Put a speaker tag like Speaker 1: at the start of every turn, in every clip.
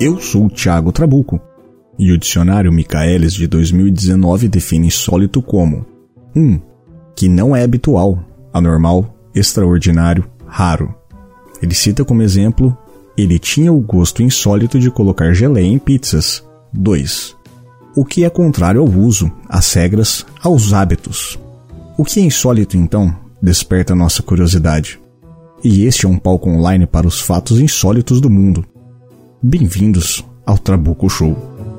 Speaker 1: Eu sou o Thiago Trabuco, e o dicionário Michaelis de 2019 define insólito como 1. Que não é habitual, anormal, extraordinário, raro. Ele cita como exemplo: ele tinha o gosto insólito de colocar geleia em pizzas. 2. O que é contrário ao uso, às regras, aos hábitos. O que é insólito, então, desperta nossa curiosidade. E este é um palco online para os fatos insólitos do mundo. Bem-vindos ao Trabuco Show.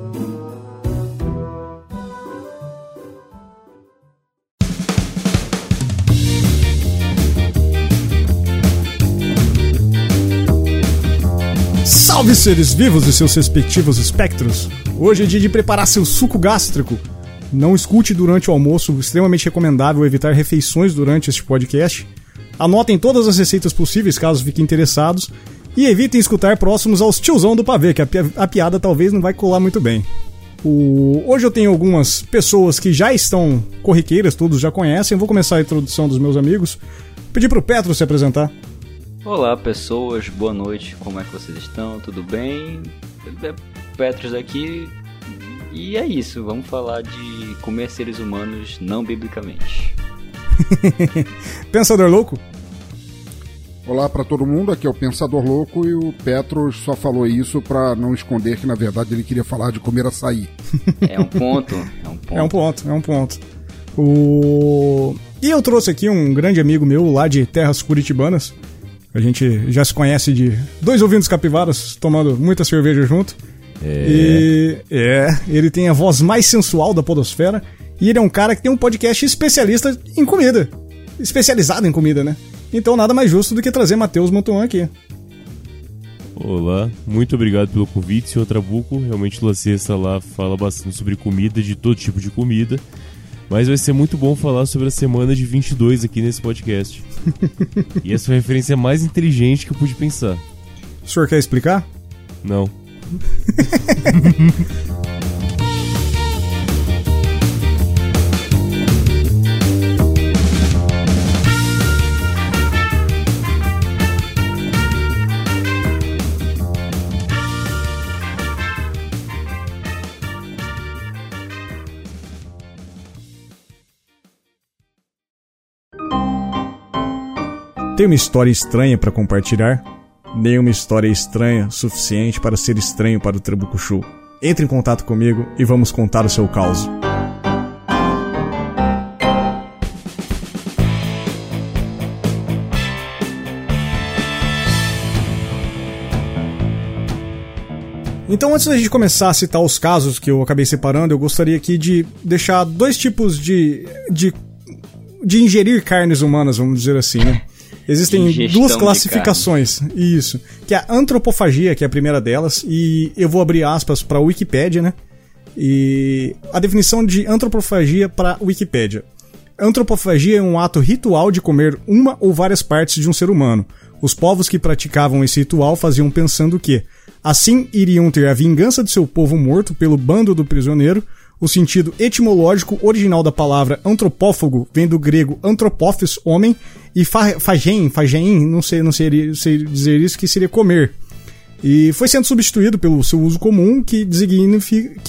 Speaker 1: Salve, seres vivos e seus respectivos espectros! Hoje é dia de preparar seu suco gástrico. Não escute durante o almoço, extremamente recomendável evitar refeições durante este podcast. Anotem todas as receitas possíveis caso fiquem interessados. E evitem escutar próximos aos tiozão do pavê, que a piada talvez não vai colar muito bem. Hoje eu tenho algumas pessoas que já estão corriqueiras, todos já conhecem. Eu vou começar a introdução dos meus amigos. Pedir pro Petro se apresentar.
Speaker 2: Olá pessoas, boa noite, como é que vocês estão? Tudo bem? Petros aqui, e é isso, vamos falar de comer seres humanos não biblicamente.
Speaker 1: Pensador Louco?
Speaker 3: Olá pra todo mundo, aqui é o Pensador Louco e o Petros só falou isso pra não esconder que na verdade ele queria falar de comer açaí.
Speaker 2: É um ponto.
Speaker 1: E eu trouxe aqui um grande amigo meu lá de terras curitibanas. A gente já se conhece de 2 ouvintes capivaras tomando muita cerveja junto. Ele tem a voz mais sensual da podosfera. E ele é um cara que tem um podcast especialista em comida. Especializado em comida, né? Então nada mais justo do que trazer Matheus Mantuan aqui.
Speaker 4: Olá, muito obrigado pelo convite, senhor Trabuco. Realmente o La Sexta lá fala bastante sobre comida, de todo tipo de comida. Mas vai ser muito bom falar sobre a semana de 22 aqui nesse podcast. E essa foi a referência mais inteligente que eu pude pensar.
Speaker 1: O senhor quer explicar?
Speaker 4: Não.
Speaker 1: Tem uma história estranha para compartilhar? Nenhuma história estranha suficiente para ser estranho para o Trabuco Show. Entre em contato comigo e vamos contar o seu caos. Então, antes da gente começar a citar os casos que eu acabei separando, eu gostaria aqui de deixar 2 tipos de ingerir carnes humanas, vamos dizer assim, né? Existem
Speaker 2: Ingestão
Speaker 1: 2 classificações, isso, que é a antropofagia, que é a primeira delas, e eu vou abrir aspas para a Wikipédia, né? E a definição de antropofagia para a Wikipédia. Antropofagia é um ato ritual de comer uma ou várias partes de um ser humano. Os povos que praticavam esse ritual faziam pensando que, assim, iriam ter a vingança de seu povo morto pelo bando do prisioneiro. O sentido etimológico original da palavra antropófago vem do grego anthropófis, homem, e fagein, não sei dizer isso, que seria comer. E foi sendo substituído pelo seu uso comum, que designa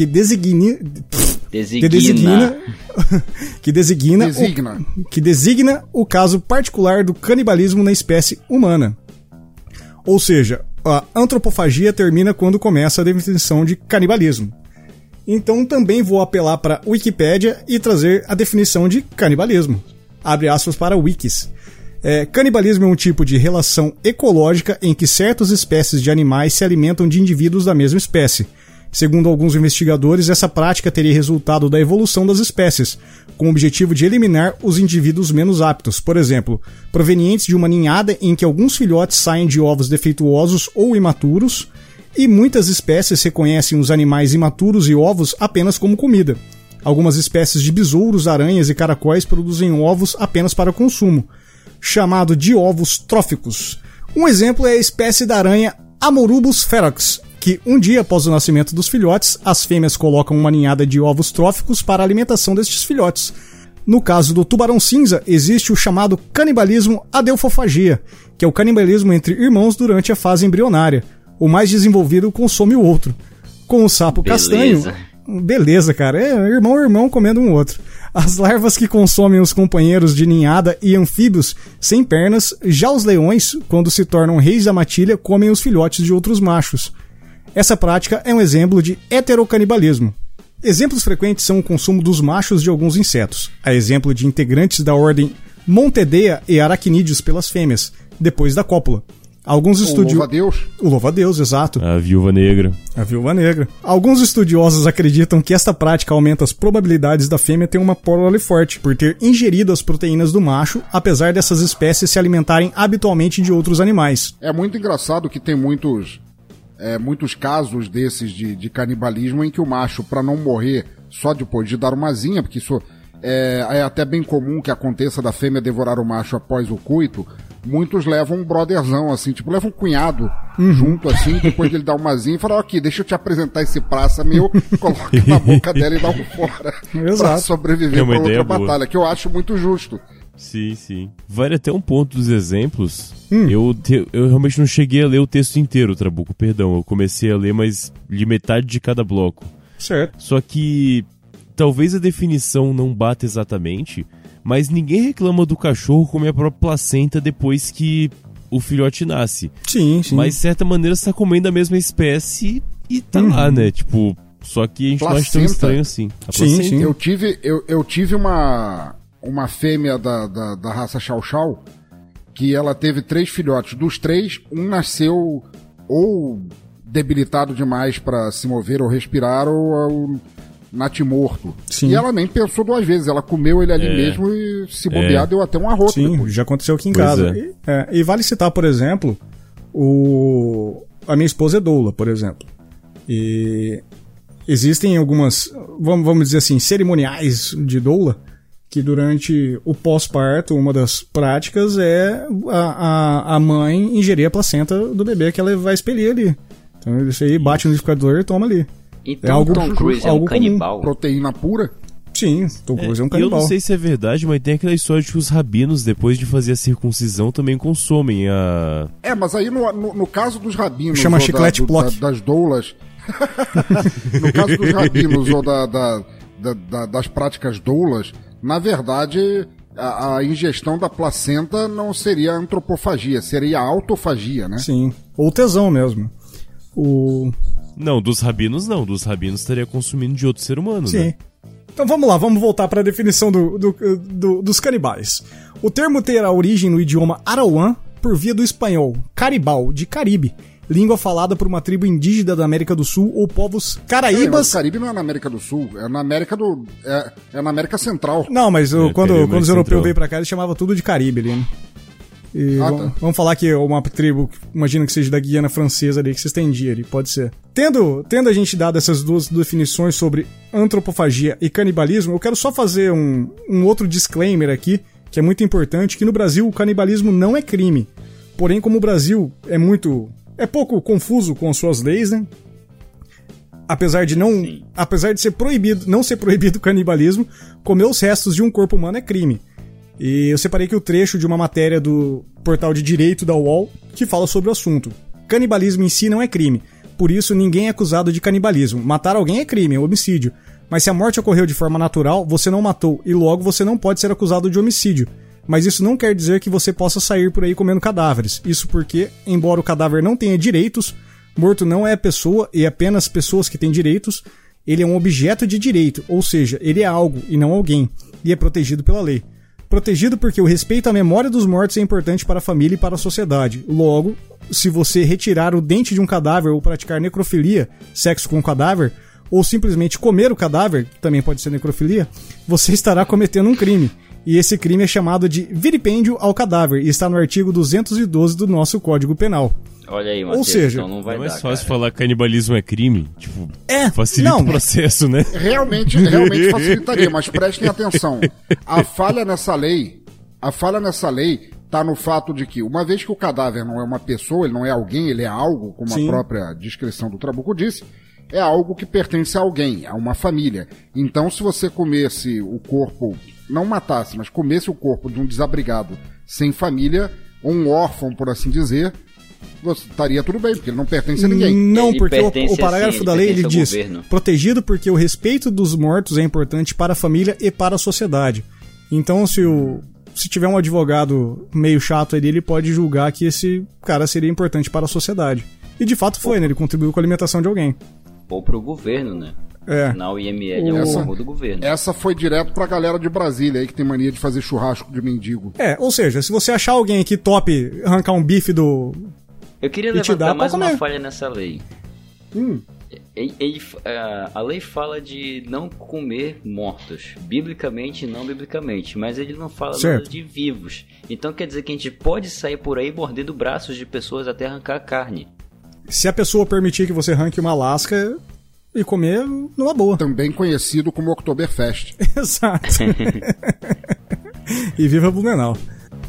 Speaker 1: o caso particular do canibalismo na espécie humana. Ou seja, a antropofagia termina quando começa a definição de canibalismo. Então também vou apelar para a Wikipédia e trazer a definição de canibalismo. Abre aspas para Wikis. Canibalismo é um tipo de relação ecológica em que certas espécies de animais se alimentam de indivíduos da mesma espécie. Segundo alguns investigadores, essa prática teria resultado da evolução das espécies, com o objetivo de eliminar os indivíduos menos aptos, por exemplo, provenientes de uma ninhada em que alguns filhotes saem de ovos defeituosos ou imaturos, e muitas espécies reconhecem os animais imaturos e ovos apenas como comida. Algumas espécies de besouros, aranhas e caracóis produzem ovos apenas para consumo, chamado de ovos tróficos. Um exemplo é a espécie da aranha Amorubus ferox, que um dia após o nascimento dos filhotes, as fêmeas colocam uma ninhada de ovos tróficos para a alimentação destes filhotes. No caso do tubarão cinza, existe o chamado canibalismo adelfofagia, que é o canibalismo entre irmãos durante a fase embrionária. o mais desenvolvido consome o outro. Com o sapo castanho... Beleza, cara. É irmão comendo um outro. As larvas que consomem os companheiros de ninhada e anfíbios sem pernas, já os leões, quando se tornam reis da matilha, comem os filhotes de outros machos. Essa prática é um exemplo de heterocanibalismo. Exemplos frequentes são o consumo dos machos de alguns insetos, a exemplo de integrantes da ordem Montedea e aracnídeos pelas fêmeas, depois da cópula. Alguns
Speaker 3: louva-a-Deus.
Speaker 1: O louva-a-Deus, exato.
Speaker 4: A viúva negra.
Speaker 1: A viúva negra. Alguns estudiosos acreditam que esta prática aumenta as probabilidades da fêmea ter uma prole forte, por ter ingerido as proteínas do macho, apesar dessas espécies se alimentarem habitualmente de outros animais.
Speaker 3: É muito engraçado que tem muitos casos desses de canibalismo em que o macho, para não morrer só depois de dar uma asinha, porque isso é até bem comum que aconteça da fêmea devorar o macho após o coito, muitos levam um brotherzão, assim, tipo, levam um cunhado junto, assim, depois dele dar uma asinha e falar, aqui, deixa eu te apresentar esse praça meu, coloca na boca dela e dá um fora.
Speaker 1: Exato.
Speaker 3: Pra sobreviver pra outra batalha, que eu acho muito justo.
Speaker 4: Sim, sim. Vale até um ponto dos exemplos. Eu realmente não cheguei a ler o texto inteiro, Trabuco, perdão. Eu comecei a ler, mas li metade de cada bloco.
Speaker 1: Certo.
Speaker 4: Só que talvez a definição não bata exatamente, mas ninguém reclama do cachorro comer a própria placenta depois que o filhote nasce.
Speaker 1: Sim, sim.
Speaker 4: Mas de certa maneira você tá comendo a mesma espécie e tá lá, né? Tipo, só que a gente não acha tão estranho assim.
Speaker 1: Sim.
Speaker 3: Eu tive uma fêmea da raça Chow Chow que ela teve 3 filhotes. Dos 3, um nasceu ou debilitado demais para se mover ou respirar ou natimorto.
Speaker 1: Sim.
Speaker 3: E ela nem pensou 2 vezes, ela comeu ele ali mesmo e se bobear deu até um arroto.
Speaker 1: Sim,
Speaker 3: depois.
Speaker 1: já aconteceu aqui em casa. E vale citar, por exemplo, a minha esposa é doula, por exemplo. E existem algumas, vamos dizer assim, cerimoniais de doula, que durante o pós-parto, uma das práticas é a mãe ingerir a placenta do bebê que ela vai expelir ali. Então isso aí bate no liquidificador e toma ali.
Speaker 2: Então Tom Cruise é um canibal?
Speaker 3: Proteína pura?
Speaker 1: Sim, Tom Cruise é um canibal.
Speaker 4: Eu não sei se é verdade, mas tem aquela história de que os rabinos, depois de fazer a circuncisão, também consomem a...
Speaker 3: Mas aí no caso dos rabinos...
Speaker 1: Chama chiclete Plock.
Speaker 3: Das doulas... no caso dos rabinos ou das práticas doulas, na verdade, a ingestão da placenta não seria antropofagia, seria autofagia, né?
Speaker 1: Sim, ou tesão mesmo.
Speaker 4: Não, dos rabinos não. Dos rabinos estaria consumindo de outro ser humano,
Speaker 1: sim,
Speaker 4: né?
Speaker 1: Então vamos lá, vamos voltar para a definição dos canibais. O termo terá origem no idioma arauã por via do espanhol caribal, de Caribe, língua falada por uma tribo indígena da América do Sul ou povos caraíbas.
Speaker 3: O Caribe não é na América do Sul, é na América na América Central.
Speaker 1: Não, mas quando os europeus veio pra cá, eles chamavam tudo de Caribe ali, né? E vamos falar que é uma tribo, imagina que seja da Guiana Francesa ali, que se estendia ali, pode ser. Tendo a gente dado essas duas definições sobre antropofagia e canibalismo, eu quero só fazer um outro disclaimer aqui, que é muito importante, que no Brasil o canibalismo não é crime. Porém, como o Brasil é pouco confuso com as suas leis, né? Apesar de não ser proibido o canibalismo, comer os restos de um corpo humano é crime. E eu separei aqui o trecho de uma matéria do portal de direito da UOL que fala sobre o assunto. Canibalismo em si não é crime, por isso ninguém é acusado de canibalismo. Matar alguém é crime, é homicídio. Mas se a morte ocorreu de forma natural, você não matou e logo você não pode ser acusado de homicídio. Mas isso não quer dizer que você possa sair por aí comendo cadáveres. Isso porque, embora o cadáver não tenha direitos, morto não é pessoa e apenas pessoas que têm direitos, ele é um objeto de direito, ou seja, ele é algo e não alguém, e é protegido pela lei. Protegido porque o respeito à memória dos mortos é importante para a família e para a sociedade. Logo, se você retirar o dente de um cadáver ou praticar necrofilia, sexo com o cadáver, ou simplesmente comer o cadáver, que também pode ser necrofilia, você estará cometendo um crime. E esse crime é chamado de vilipêndio ao cadáver e está no artigo 212 do nosso Código Penal.
Speaker 2: Olha aí, Matheus,
Speaker 1: ou seja,
Speaker 2: então não vai
Speaker 4: é mais
Speaker 2: dar,
Speaker 4: fácil
Speaker 2: cara.
Speaker 4: falar que canibalismo é crime, tipo, facilita o processo, né?
Speaker 3: Realmente facilitaria, mas prestem atenção. A falha nessa lei tá no fato de que, uma vez que o cadáver não é uma pessoa, ele não é alguém, ele é algo, como a própria descrição do Trabuco disse, é algo que pertence a alguém, a uma família. Então, se você comesse o corpo, não matasse, mas comesse o corpo de um desabrigado sem família, ou um órfão, por assim dizer, estaria tudo bem, porque ele não pertence a ninguém.
Speaker 1: Não,
Speaker 2: Ele
Speaker 1: porque
Speaker 2: pertence,
Speaker 1: o parágrafo
Speaker 2: assim,
Speaker 1: da lei,
Speaker 2: ele
Speaker 1: ele
Speaker 2: pertence ao
Speaker 1: diz,
Speaker 2: governo.
Speaker 1: protegido porque o respeito dos mortos é importante para a família e para a sociedade. Então, se tiver um advogado meio chato ali, ele pode julgar que esse cara seria importante para a sociedade. E de fato foi, né? Ele contribuiu com a alimentação de alguém.
Speaker 2: Ou pro governo, né?
Speaker 1: É.
Speaker 2: Afinal, o IML é um órgão do governo.
Speaker 3: Essa foi direto pra galera de Brasília aí que tem mania de fazer churrasco de mendigo.
Speaker 1: Ou seja, se você achar alguém que tope arrancar um bife do...
Speaker 2: Eu queria
Speaker 1: E te dá
Speaker 2: levantar
Speaker 1: pra
Speaker 2: mais uma
Speaker 1: comer.
Speaker 2: falha nessa lei. A lei fala de não comer mortos, biblicamente e não biblicamente, mas ele não fala
Speaker 1: Certo.
Speaker 2: nada de vivos. Então quer dizer que a gente pode sair por aí mordendo braços de pessoas até arrancar a carne.
Speaker 1: Se a pessoa permitir que você arranque uma lasca e comer, numa boa.
Speaker 3: Também conhecido como Oktoberfest.
Speaker 1: Exato. E viva Blumenau.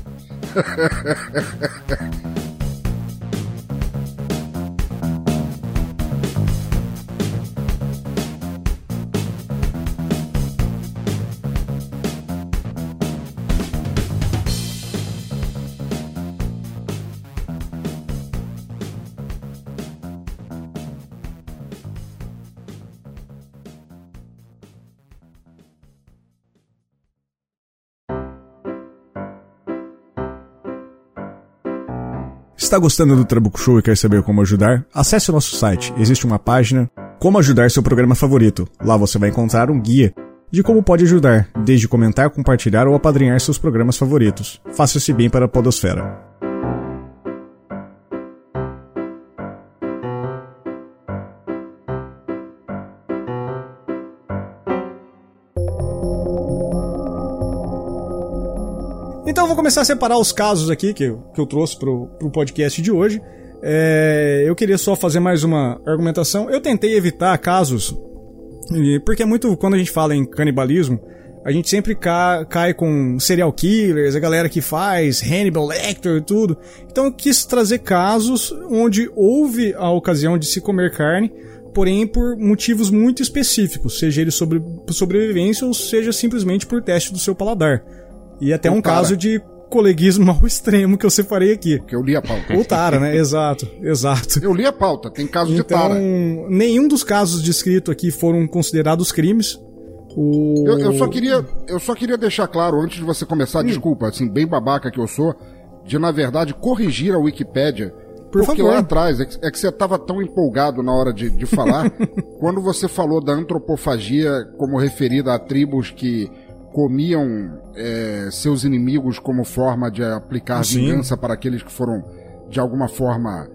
Speaker 1: Está gostando do Trabuco Show e quer saber como ajudar? Acesse o nosso site. Existe uma página Como Ajudar Seu Programa Favorito. Lá você vai encontrar um guia de como pode ajudar, desde comentar, compartilhar ou apadrinhar seus programas favoritos. Faça esse bem para a podosfera. Então eu vou começar a separar os casos aqui que eu trouxe pro podcast de hoje. Eu queria só fazer mais uma argumentação. Eu tentei evitar casos, porque é muito, quando a gente fala em canibalismo, a gente sempre cai com serial killers, a galera que faz Hannibal Lecter e tudo. Então eu quis trazer casos onde houve a ocasião de se comer carne, porém por motivos muito específicos, seja ele sobre sobrevivência ou seja simplesmente por teste do seu paladar. E até um caso de coleguismo ao extremo que eu separei aqui.
Speaker 3: Que eu li a pauta.
Speaker 1: O Tara, né? Exato.
Speaker 3: Eu li a pauta, tem caso de
Speaker 1: Então,
Speaker 3: Tara.
Speaker 1: nenhum dos casos descritos aqui foram considerados crimes.
Speaker 3: Eu só queria deixar claro, antes de você começar, desculpa, assim, bem babaca que eu sou, de, na verdade, corrigir a Wikipédia.
Speaker 1: Por
Speaker 3: porque
Speaker 1: favor.
Speaker 3: lá atrás, é que você estava tão empolgado na hora de falar, quando você falou da antropofagia como referida a tribos que comiam seus inimigos como forma de aplicar vingança para aqueles que foram, de alguma forma,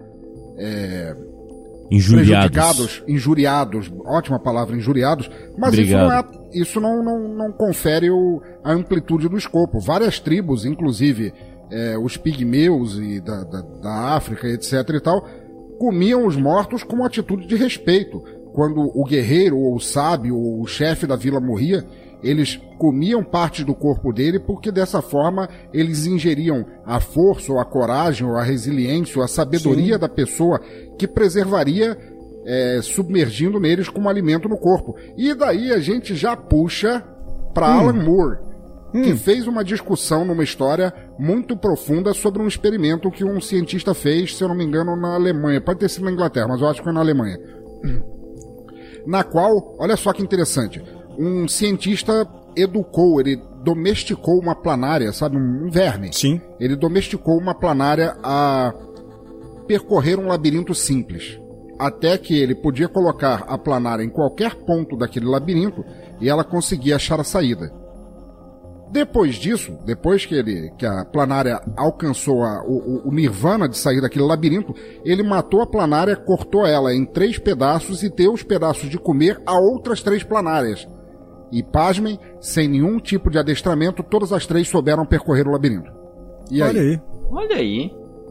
Speaker 3: injuriados, ótima palavra, injuriados, mas isso não confere a amplitude do escopo. Várias tribos, inclusive os pigmeus e da África, etc e tal, comiam os mortos com uma atitude de respeito. Quando o guerreiro, ou o sábio, ou o chefe da vila morria, eles comiam partes do corpo dele porque dessa forma eles ingeriam a força, ou a coragem, ou a resiliência, ou a sabedoria da pessoa que preservaria submergindo neles como alimento no corpo. E daí a gente já puxa para Alan Moore, que fez uma discussão numa história muito profunda sobre um experimento que um cientista fez, se eu não me engano, na Alemanha. Pode ter sido na Inglaterra, mas eu acho que foi na Alemanha. Na qual, olha só que interessante, um cientista ele domesticou uma planária, sabe, um verme.
Speaker 1: Sim.
Speaker 3: Ele domesticou uma planária a percorrer um labirinto simples, até que ele podia colocar a planária em qualquer ponto daquele labirinto e ela conseguia achar a saída. Depois disso, depois que a planária alcançou o nirvana de sair daquele labirinto, ele matou a planária, cortou ela em 3 pedaços e deu os pedaços de comer a outras 3 planárias. E, pasmem, sem nenhum tipo de adestramento, todas as 3 souberam percorrer o labirinto. E
Speaker 1: Olha aí.
Speaker 2: Olha aí.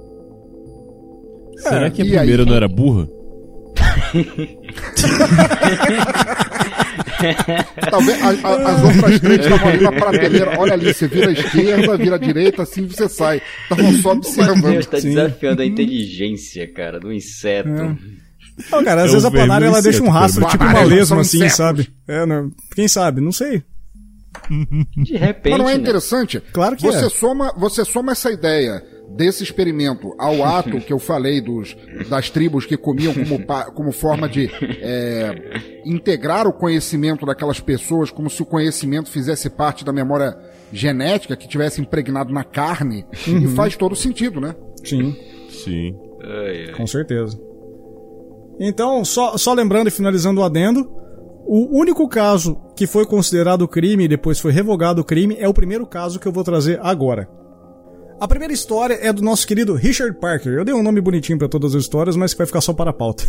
Speaker 4: Será que a primeira não era burra?
Speaker 3: Talvez as outras 3 estavam ali na prateleira. Olha ali, você vira à esquerda, vira à direita, assim você sai. Estavam só observando.
Speaker 2: Deus tá desafiando a inteligência, cara, do inseto.
Speaker 1: Não, cara, às vezes a planária ela deixa um rastro, tipo uma lesma, assim, sabe? Quem sabe? Não sei.
Speaker 2: De repente.
Speaker 3: Mas não é
Speaker 2: né?
Speaker 3: interessante?
Speaker 1: Claro que
Speaker 3: você soma essa ideia desse experimento ao ato que eu falei das tribos que comiam como forma de integrar o conhecimento daquelas pessoas, como se o conhecimento fizesse parte da memória genética, que tivesse impregnado na carne, e faz todo sentido, né?
Speaker 1: Sim.
Speaker 4: Sim.
Speaker 1: Com certeza. Então, só lembrando e finalizando o adendo, o único caso que foi considerado crime e depois foi revogado o crime é o primeiro caso que eu vou trazer agora. A primeira história é do nosso querido Richard Parker. Eu dei um nome bonitinho para todas as histórias, mas que vai ficar só para a pauta.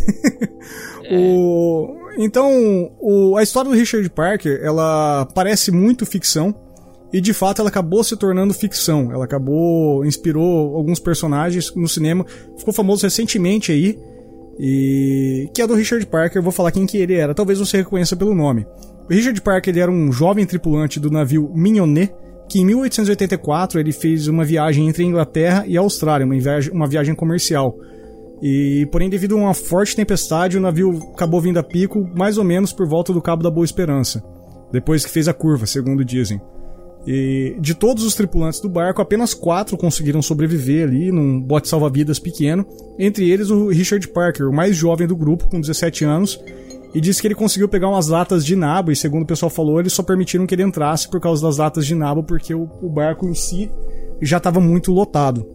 Speaker 1: A história do Richard Parker, ela parece muito ficção, e de fato ela acabou se tornando ficção. Ela inspirou alguns personagens no cinema, ficou famoso recentemente aí, e que é do Richard Parker. Eu vou falar quem que ele era, talvez você reconheça pelo nome. O Richard Parker, ele era um jovem tripulante do navio Mignonnet, que em 1884 ele fez uma viagem entre a Inglaterra e a Austrália, uma viagem comercial. Porém, devido a uma forte tempestade, o navio acabou vindo a pico mais ou menos por volta do Cabo da Boa Esperança, depois que fez a curva, segundo dizem. E de todos os tripulantes do barco, apenas 4 conseguiram sobreviver ali num bote salva-vidas pequeno, entre eles o Richard Parker, o mais jovem do grupo, com 17 anos, e disse que ele conseguiu pegar umas latas de nabo, e segundo o pessoal falou, eles só permitiram que ele entrasse por causa das latas de nabo, porque o barco em si já estava muito lotado.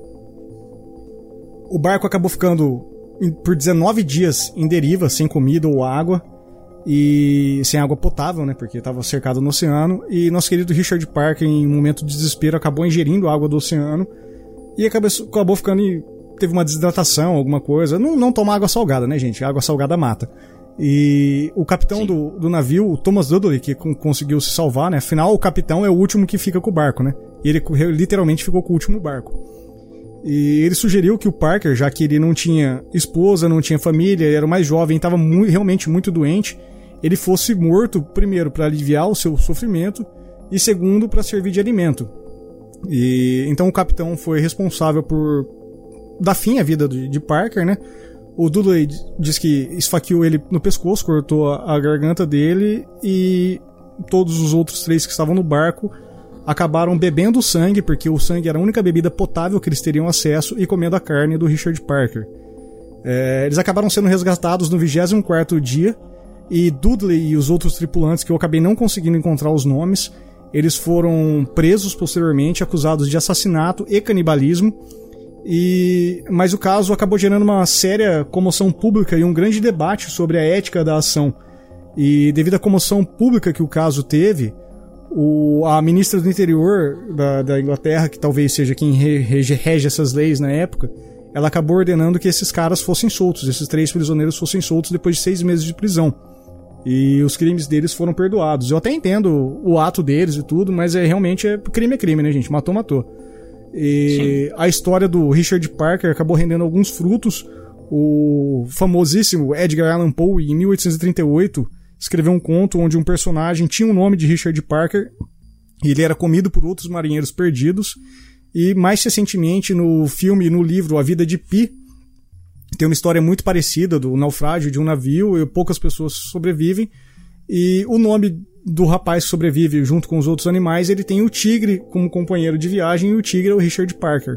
Speaker 1: O barco acabou ficando por 19 dias em deriva, sem comida ou água, e sem água potável, né, porque estava cercado no oceano, e nosso querido Richard Parker, em um momento de desespero, acabou ingerindo água do oceano, e acabou ficando, teve uma desidratação, alguma coisa. Não toma água salgada, né, gente? Água salgada mata. E o capitão do navio, o Thomas Dudley, que conseguiu se salvar, né? Afinal, o capitão é o último que fica com o barco, né? E ele literalmente ficou com o último barco. E ele sugeriu que o Parker, já que ele não tinha esposa, não tinha família, ele era o mais jovem, estava realmente muito doente, ele fosse morto, primeiro, para aliviar o seu sofrimento, e segundo, para servir de alimento. Então o capitão foi responsável por dar fim à vida de Parker, né? O Dudley diz que esfaqueou ele no pescoço, cortou a garganta dele, e todos os outros 3 que estavam no barco acabaram bebendo o sangue, porque o sangue era a única bebida potável que eles teriam acesso, e comendo a carne do Richard Parker. Eles acabaram sendo resgatados no 24º dia, e Dudley e os outros tripulantes, que eu acabei não conseguindo encontrar os nomes, eles foram presos posteriormente, acusados de assassinato e canibalismo. Mas o caso acabou gerando uma séria comoção pública e um grande debate sobre a ética da ação. E devido à comoção pública que o caso teve, a ministra do interior da Inglaterra, que talvez seja quem rege essas leis na época, ela acabou ordenando que esses caras fossem soltos, esses 3 prisioneiros fossem soltos depois de 6 meses de prisão. E os crimes deles foram perdoados. Eu até entendo o ato deles e tudo, mas realmente crime é crime, né, gente? Matou. A história do Richard Parker acabou rendendo alguns frutos. O famosíssimo Edgar Allan Poe, em 1838, escreveu um conto onde um personagem tinha o nome de Richard Parker e ele era comido por outros marinheiros perdidos. E mais recentemente, no filme e no livro A Vida de Pi, tem uma história muito parecida do naufrágio de um navio e poucas pessoas sobrevivem. E o nome do rapaz que sobrevive junto com os outros animais, ele tem o tigre como companheiro de viagem, e o tigre é o Richard Parker.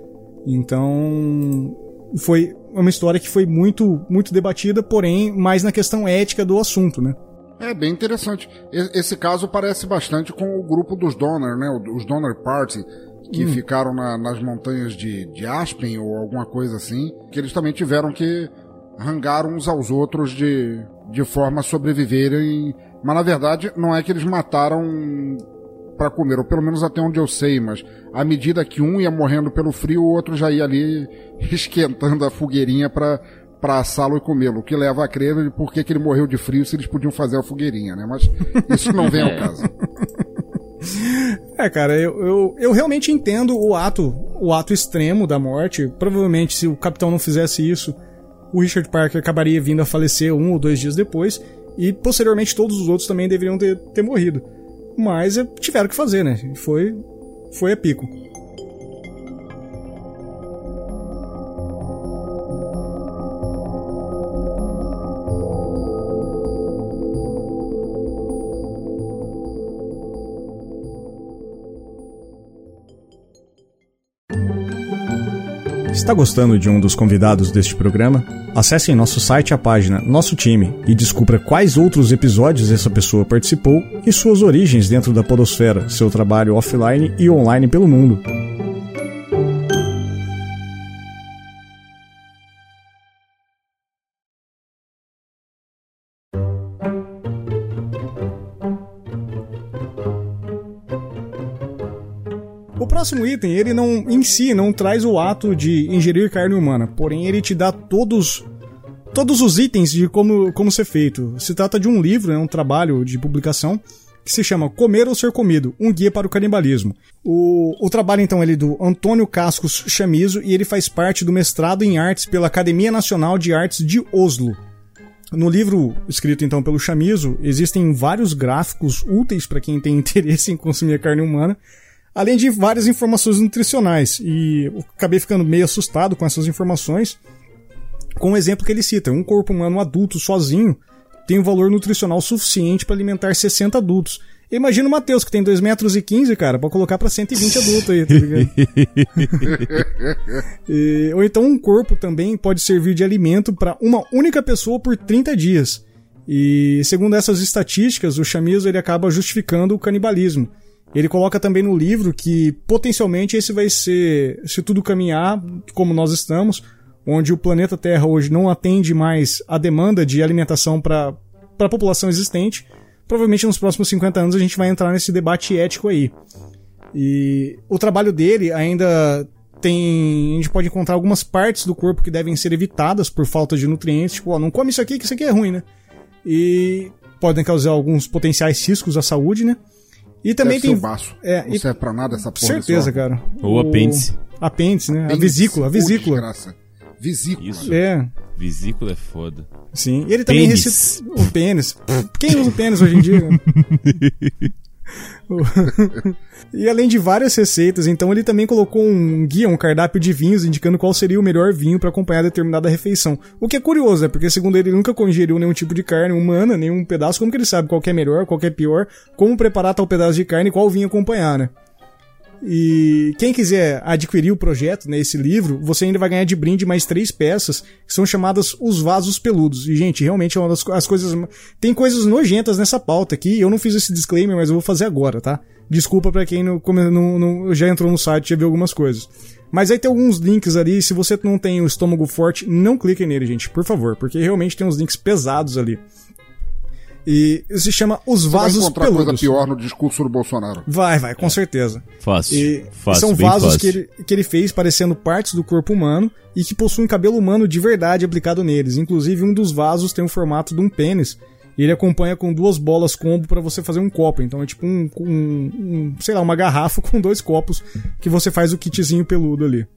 Speaker 1: Então, foi uma história que foi muito, muito debatida, porém mais na questão ética do assunto, né?
Speaker 3: É bem interessante. Esse caso parece bastante com o grupo dos Donner, né? Os Donner Party, que ficaram nas montanhas de Aspen ou alguma coisa assim, que eles também tiveram que rangar uns aos outros de forma a sobreviverem. Mas na verdade não é que eles mataram para comer, ou pelo menos até onde eu sei, mas à medida que um ia morrendo pelo frio, o outro já ia ali esquentando a fogueirinha para assá-lo e comê-lo, o que leva a crer por que ele morreu de frio se eles podiam fazer a fogueirinha, né? Mas isso não vem ao caso.
Speaker 1: Cara, eu realmente entendo o ato extremo da morte. Provavelmente, se o capitão não fizesse isso, o Richard Parker acabaria vindo a falecer 1 ou 2 dias depois, e posteriormente todos os outros também deveriam ter morrido. Mas tiveram que fazer, né? Foi a pico. Está gostando de um dos convidados deste programa? Acesse em nosso site a página Nosso Time e descubra quais outros episódios essa pessoa participou e suas origens dentro da podosfera, seu trabalho offline e online pelo mundo. O próximo item, ele não, em si, não traz o ato de ingerir carne humana, porém ele te dá todos os itens de como ser feito. Se trata de um livro, um trabalho de publicação, que se chama Comer ou Ser Comido, um guia para o canibalismo. O trabalho, então, ele é do Antônio Cascos Chamizo, e ele faz parte do mestrado em artes pela Academia Nacional de Artes de Oslo. No livro, escrito então pelo Chamizo, existem vários gráficos úteis para quem tem interesse em consumir a carne humana, além de várias informações nutricionais, e eu acabei ficando meio assustado com essas informações, com o exemplo que ele cita: um corpo humano adulto sozinho tem um valor nutricional suficiente para alimentar 60 adultos. Imagina o Matheus, que tem 2,15 metros, cara, pra colocar pra 120 adultos aí, tá ligado? Ou então um corpo também pode servir de alimento para uma única pessoa por 30 dias. E segundo essas estatísticas, o Chamizo ele acaba justificando o canibalismo. Ele coloca também no livro que potencialmente esse vai ser, se tudo caminhar como nós estamos, onde o planeta Terra hoje não atende mais a demanda de alimentação para a população existente, provavelmente nos próximos 50 anos a gente vai entrar nesse debate ético aí. E o trabalho dele ainda tem... A gente pode encontrar algumas partes do corpo que devem ser evitadas por falta de nutrientes, tipo, não come isso aqui que isso aqui é ruim, né? E podem causar alguns potenciais riscos à saúde, né? E também
Speaker 3: tem o baço. Não serve pra nada essa porra.
Speaker 1: Certeza, cara.
Speaker 4: Ou apêndice.
Speaker 1: Apêndice, né? A vesícula.
Speaker 3: Vesícula.
Speaker 4: Isso. Vesícula é foda.
Speaker 1: Sim. E ele também recita o pênis. Quem usa o pênis hoje em dia? E além de várias receitas, então ele também colocou um guia, um cardápio de vinhos, indicando qual seria o melhor vinho para acompanhar determinada refeição. O que é curioso, né? Porque segundo ele nunca ingeriu nenhum tipo de carne humana, nenhum pedaço. Como que ele sabe qual que é melhor, qual que é pior, como preparar tal pedaço de carne e qual vinho acompanhar, né? E quem quiser adquirir o projeto, né, esse livro, você ainda vai ganhar de brinde mais 3 peças, que são chamadas Os Vasos Peludos. E, gente, realmente é uma das coisas... Tem coisas nojentas nessa pauta aqui, eu não fiz esse disclaimer, mas eu vou fazer agora, tá? Desculpa pra quem não já entrou no site e já viu algumas coisas. Mas aí tem alguns links ali, se você não tem o estômago forte, não clique nele, gente, por favor, porque realmente tem uns links pesados ali. E se chama Os Vasos Peludos. Você vai encontrar
Speaker 3: coisa pior no discurso do Bolsonaro.
Speaker 1: Vai, com certeza.
Speaker 4: Fácil.
Speaker 1: São vasos que ele fez parecendo partes do corpo humano e que possuem cabelo humano de verdade aplicado neles. Inclusive, um dos vasos tem o formato de um pênis e ele acompanha com 2 bolas combo para você fazer um copo. Então é tipo sei lá, uma garrafa com 2 copos que você faz o kitzinho peludo ali.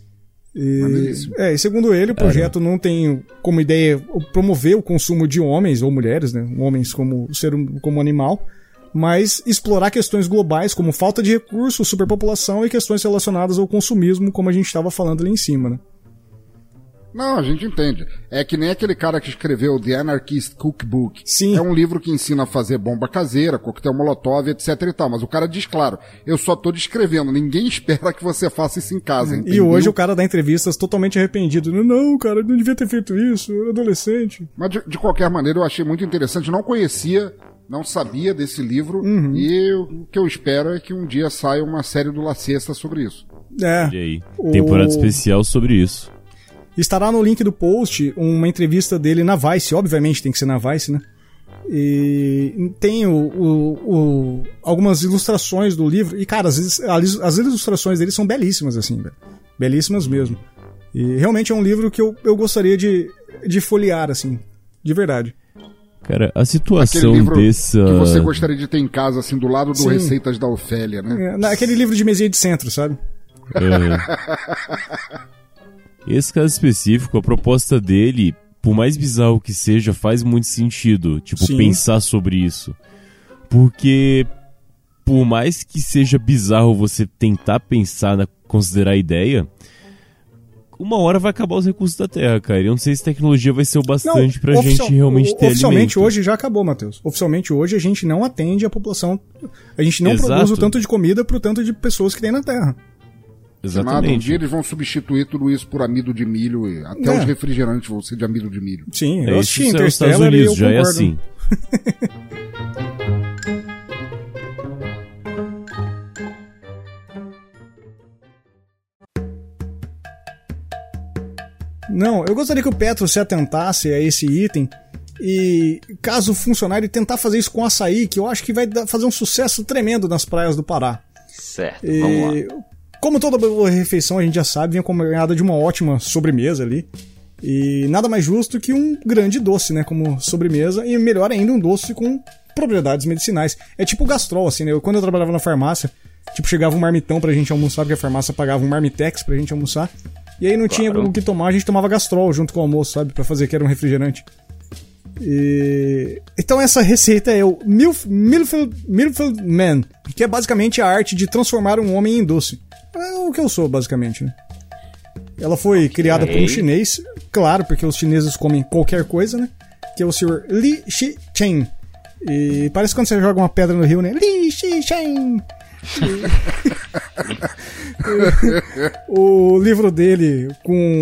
Speaker 1: E segundo ele, o projeto não tem como ideia promover o consumo de homens ou mulheres, né? Homens como animal, mas explorar questões globais como falta de recursos, superpopulação e questões relacionadas ao consumismo, como a gente estava falando ali em cima, né?
Speaker 3: Não, a gente entende. É que nem aquele cara que escreveu The Anarchist Cookbook.
Speaker 1: Sim.
Speaker 3: É um livro que ensina a fazer bomba caseira, coquetel molotov, etc e tal. Mas o cara diz, claro, eu só tô descrevendo. Ninguém espera que você faça isso em casa, entendeu?
Speaker 1: E hoje o cara dá entrevistas totalmente arrependido. Não, cara, eu não devia ter feito isso, eu era adolescente.
Speaker 3: Mas de qualquer maneira eu achei muito interessante. Não conhecia, não sabia desse livro. E o que eu espero é que um dia saia uma série do La Sexta sobre isso.
Speaker 4: E aí? Temporada especial sobre isso.
Speaker 1: Estará no link do post uma entrevista dele na Vice, obviamente tem que ser na Vice, né? E tem algumas ilustrações do livro, e cara, as ilustrações dele são belíssimas, assim, velho. Belíssimas mesmo. E realmente é um livro que eu gostaria de folhear, assim, de verdade.
Speaker 4: Cara, a situação dessa...
Speaker 3: que você gostaria de ter em casa, assim, do lado do Sim. Receitas da Ofélia, né?
Speaker 1: Aquele livro de mesinha de centro, sabe?
Speaker 4: Esse caso específico, a proposta dele, por mais bizarro que seja, faz muito sentido, tipo, Sim. pensar sobre isso. Porque, por mais que seja bizarro você tentar pensar, considerar a ideia, uma hora vai acabar os recursos da Terra, cara. Eu não sei se tecnologia vai ser o bastante pra gente realmente ter
Speaker 1: oficialmente
Speaker 4: alimento.
Speaker 1: Hoje já acabou, Matheus. Oficialmente hoje a gente não atende a população, a gente não produz o tanto de comida pro tanto de pessoas que tem na Terra.
Speaker 3: Um dia eles vão substituir tudo isso por amido de milho, e até os refrigerantes vão ser de amido de milho.
Speaker 1: Sim, eu assisti
Speaker 4: Interstellar Estados Unidos, já é assim.
Speaker 1: Não, eu gostaria que o Petro se atentasse a esse item e, caso funcionar, ele tentar fazer isso com açaí, que eu acho que vai fazer um sucesso tremendo nas praias do Pará.
Speaker 2: Certo, vamos lá.
Speaker 1: Como toda boa refeição, a gente já sabe, vem acompanhada de uma ótima sobremesa ali. E nada mais justo que um grande doce, né, como sobremesa, e melhor ainda, um doce com propriedades medicinais. É tipo o gastrol, assim, né? Quando eu trabalhava na farmácia, chegava um marmitão pra gente almoçar, porque a farmácia pagava um marmitex pra gente almoçar. E aí não tinha o que tomar, a gente tomava gastrol junto com o almoço, sabe? Pra fazer que era um refrigerante. Então essa receita é o Millfield Man, que é basicamente a arte de transformar um homem em doce. É o que eu sou, basicamente, né? Ela foi criada por um chinês, claro, porque os chineses comem qualquer coisa, né? Que é o Sr. Li Shichen. E parece quando você joga uma pedra no rio, né? Li Shichen! O livro dele,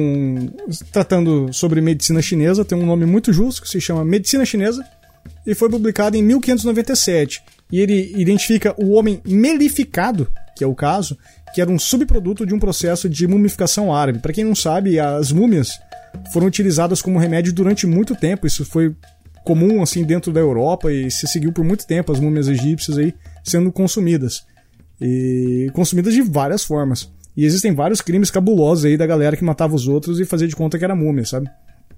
Speaker 1: tratando sobre medicina chinesa, tem um nome muito justo, que se chama Medicina Chinesa, e foi publicado em 1597. E ele identifica o homem melificado, que é o caso, que era um subproduto de um processo de mumificação árabe. Para quem não sabe, as múmias foram utilizadas como remédio durante muito tempo. Isso foi comum assim dentro da Europa e se seguiu por muito tempo, as múmias egípcias aí sendo consumidas. E consumidas de várias formas. E existem vários crimes cabulosos aí da galera que matava os outros e fazia de conta que era múmia, sabe?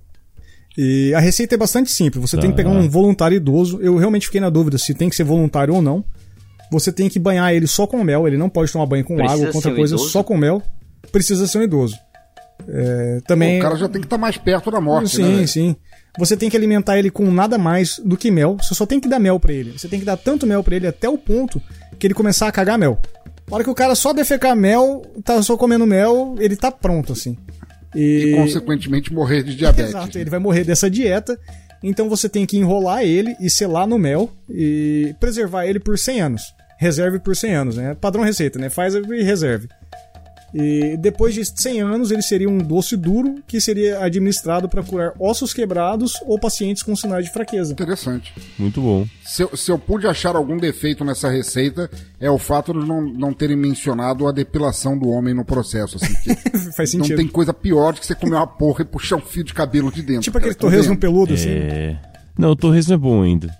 Speaker 1: E a receita é bastante simples. Você tem que pegar um voluntário idoso. Eu realmente fiquei na dúvida se tem que ser voluntário ou não. Você tem que banhar ele só com mel. Ele não pode tomar banho com água ou com outra coisa, só com mel. Precisa ser um idoso. Também...
Speaker 3: O cara já tem que estar mais perto da morte,
Speaker 1: sim, né? Sim. Você tem que alimentar ele com nada mais do que mel. Você só tem que dar mel pra ele. Você tem que dar tanto mel pra ele até o ponto que ele começar a cagar mel. Na hora que o cara só defecar mel, tá só comendo mel, ele tá pronto, assim.
Speaker 3: E consequentemente morrer de diabetes.
Speaker 1: Exato, ele vai morrer dessa dieta. Então você tem que enrolar ele e selar no mel e preservar ele por 100 anos. Reserve por 100 anos, né? Padrão receita, né? Faz e reserve. E depois de 100 anos ele seria um doce duro que seria administrado para curar ossos quebrados ou pacientes com sinais de fraqueza.
Speaker 3: Interessante.
Speaker 4: Muito bom.
Speaker 3: Se eu pude achar algum defeito nessa receita, é o fato de não terem mencionado a depilação do homem no processo. Assim,
Speaker 1: faz sentido.
Speaker 3: Não tem coisa pior do que você comer uma porra e puxar um fio de cabelo de dentro.
Speaker 1: Tipo aquele torresmo peludo, assim.
Speaker 4: Não, o torresmo é bom ainda.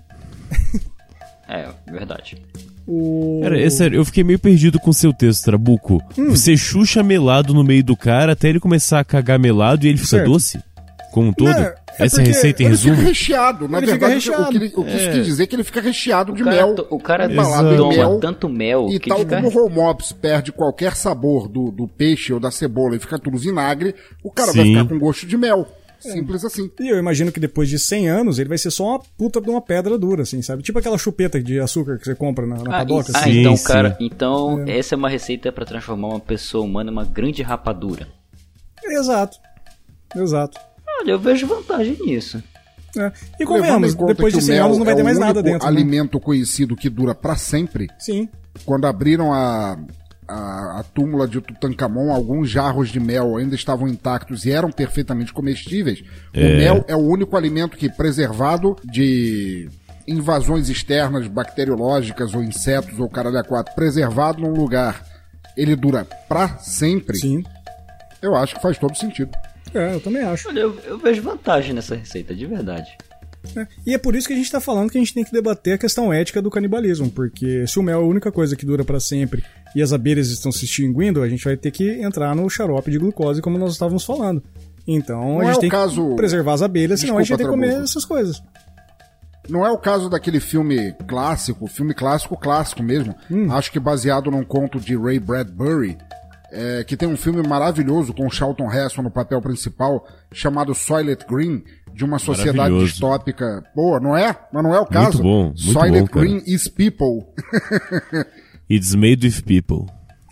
Speaker 2: É, verdade.
Speaker 4: Cara, é sério, eu fiquei meio perdido com o seu texto, Trabuco. Você chucha melado no meio do cara até ele começar a cagar melado e ele fica doce? Como um todo? Essa receita em resumo?
Speaker 3: Ele fica recheado. Na verdade, o que isso quer dizer é que ele fica recheado de mel.
Speaker 2: O cara
Speaker 3: toma
Speaker 2: mel, tanto mel...
Speaker 3: E tal como o Romops perde qualquer sabor do peixe ou da cebola e fica tudo vinagre, o cara vai ficar com gosto de mel. Simples assim.
Speaker 1: E eu imagino que depois de 100 anos ele vai ser só uma puta de uma pedra dura, assim, sabe? Tipo aquela chupeta de açúcar que você compra na padoca.
Speaker 2: Assim. Então, cara, essa é uma receita pra transformar uma pessoa humana em uma grande rapadura.
Speaker 1: Exato.
Speaker 2: Olha, eu vejo vantagem nisso.
Speaker 1: E convenhamos, depois de 100 anos não vai ter mais nada dentro.
Speaker 3: Alimento conhecido que dura pra sempre.
Speaker 1: Sim.
Speaker 3: Quando abriram a túmula de Tutankhamon, alguns jarros de mel ainda estavam intactos e eram perfeitamente comestíveis. O mel é o único alimento que, preservado de invasões externas bacteriológicas ou insetos ou caralho a quatro, preservado num lugar, ele dura pra sempre.
Speaker 1: Sim.
Speaker 3: Eu acho que faz todo sentido.
Speaker 1: Eu também acho.
Speaker 2: Olha, eu vejo vantagem nessa receita, de verdade.
Speaker 1: E é por isso que a gente tá falando que a gente tem que debater a questão ética do canibalismo, porque se o mel é a única coisa que dura pra sempre e as abelhas estão se extinguindo, a gente vai ter que entrar no xarope de glucose, como nós estávamos falando. Então a gente tem que preservar as abelhas, senão a gente vai ter que comer essas coisas.
Speaker 3: Não é o caso daquele filme clássico mesmo, acho que baseado num conto de Ray Bradbury, que tem um filme maravilhoso com o Charlton Heston no papel principal, chamado Soylent Green, de uma sociedade distópica. Pô, não é? Mas não é o caso.
Speaker 4: Muito bom,
Speaker 3: Soylent Green is people.
Speaker 4: It's made with people.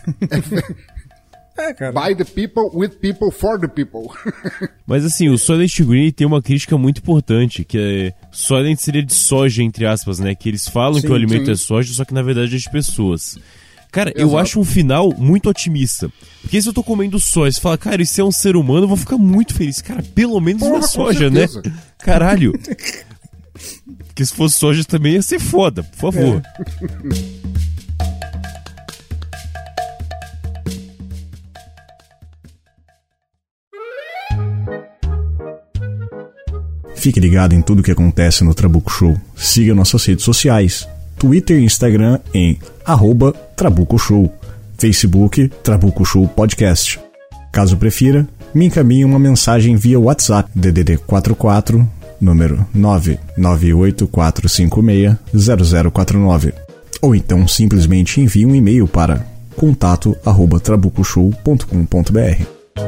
Speaker 1: Cara.
Speaker 3: By the people, with people, for the people.
Speaker 4: Mas assim, o Soylent Green tem uma crítica muito importante, que é... Soylent seria de soja, entre aspas, né? Que eles falam que o alimento é soja, só que na verdade é de pessoas. Cara,
Speaker 3: Exato.
Speaker 4: eu acho um final muito otimista. Porque se eu tô comendo soja, você fala, cara, isso é um ser humano, eu vou ficar muito feliz. Cara, pelo menos
Speaker 3: Porra,
Speaker 4: uma
Speaker 3: com
Speaker 4: soja, né?
Speaker 3: certeza.
Speaker 4: Caralho. Porque se fosse soja também ia ser foda, por favor.
Speaker 1: Fique ligado em tudo que acontece no Trabuco Show. Siga nossas redes sociais, Twitter e Instagram em @Trabuco Show, Facebook Trabuco Show Podcast. Caso prefira, me encaminhe uma mensagem via WhatsApp DDD 44, número 99845600049. Ou então simplesmente envie um e-mail para contato@trabucoshow.com.br.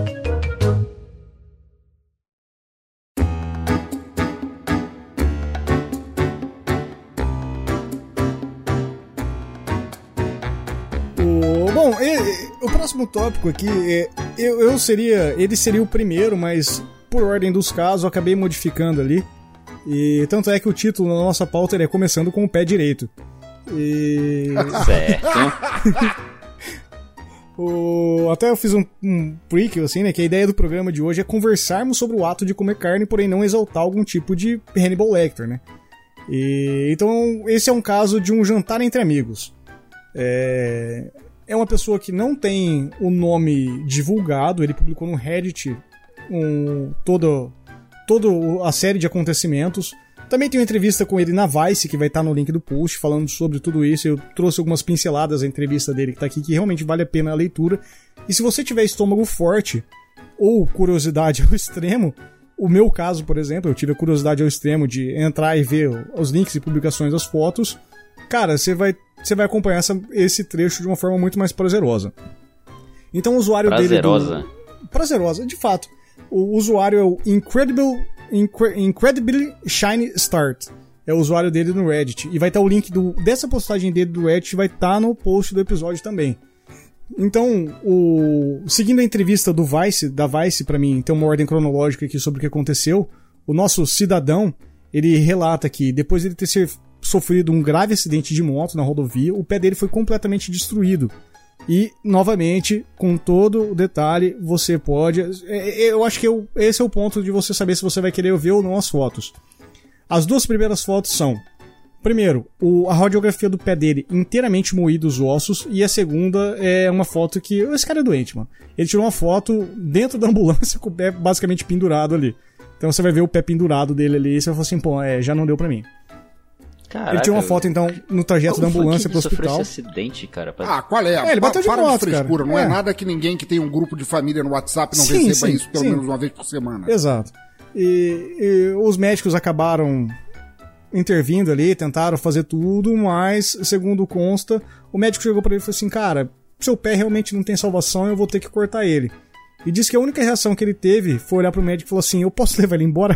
Speaker 1: O próximo tópico aqui, ele seria o primeiro, mas por ordem dos casos eu acabei modificando ali. E tanto é que o título na nossa pauta ele é Começando com o Pé Direito. E...
Speaker 2: Certo.
Speaker 1: Até eu fiz um prequel, assim, né? Que a ideia do programa de hoje é conversarmos sobre o ato de comer carne, porém não exaltar algum tipo de Hannibal Lecter, né? Então, esse é um caso de um jantar entre amigos. É uma pessoa que não tem o nome divulgado, ele publicou no Reddit toda a série de acontecimentos. Também tem uma entrevista com ele na Vice, que vai estar no link do post, falando sobre tudo isso. Eu trouxe algumas pinceladas da entrevista dele que tá aqui, que realmente vale a pena a leitura. E se você tiver estômago forte ou curiosidade ao extremo, o meu caso, por exemplo, eu tive a curiosidade ao extremo de entrar e ver os links e publicações das fotos, cara, você vai acompanhar esse trecho de uma forma muito mais prazerosa. Então o usuário
Speaker 2: prazerosa.
Speaker 1: dele... Prazerosa, de fato. O usuário é o Incredibly Shiny Start. É o usuário dele no Reddit. E vai estar o link dessa postagem dele do Reddit, vai estar no post do episódio também. Então, seguindo a entrevista da Vice pra mim, tem uma ordem cronológica aqui sobre o que aconteceu. O nosso cidadão, ele relata que depois de ele ter sofrido um grave acidente de moto na rodovia, o pé dele foi completamente destruído. E, novamente, com todo o detalhe, você pode... Eu acho que esse é o ponto de você saber se você vai querer ver ou não as fotos. As duas primeiras fotos são... Primeiro, a radiografia do pé dele inteiramente moído os ossos. E a segunda é uma foto que... Esse cara é doente, mano. Ele tirou uma foto dentro da ambulância com o pé basicamente pendurado ali. Então você vai ver o pé pendurado dele ali e você vai falar assim, pô, já não deu pra mim.
Speaker 2: Caraca,
Speaker 1: ele tirou uma foto, então, no trajeto da ambulância pro hospital.
Speaker 2: Esse acidente, cara?
Speaker 3: Qual é?
Speaker 1: Ele bateu de moto, cara.
Speaker 3: Frescura. Não é nada que ninguém que tem um grupo de família no WhatsApp não receba isso pelo menos uma vez por semana.
Speaker 1: Exato. E os médicos acabaram intervindo ali, tentaram fazer tudo, mas, segundo consta, o médico chegou pra ele e falou assim, cara, seu pé realmente não tem salvação, eu vou ter que cortar ele. E disse que a única reação que ele teve foi olhar pro médico e falou assim, eu posso levar ele embora?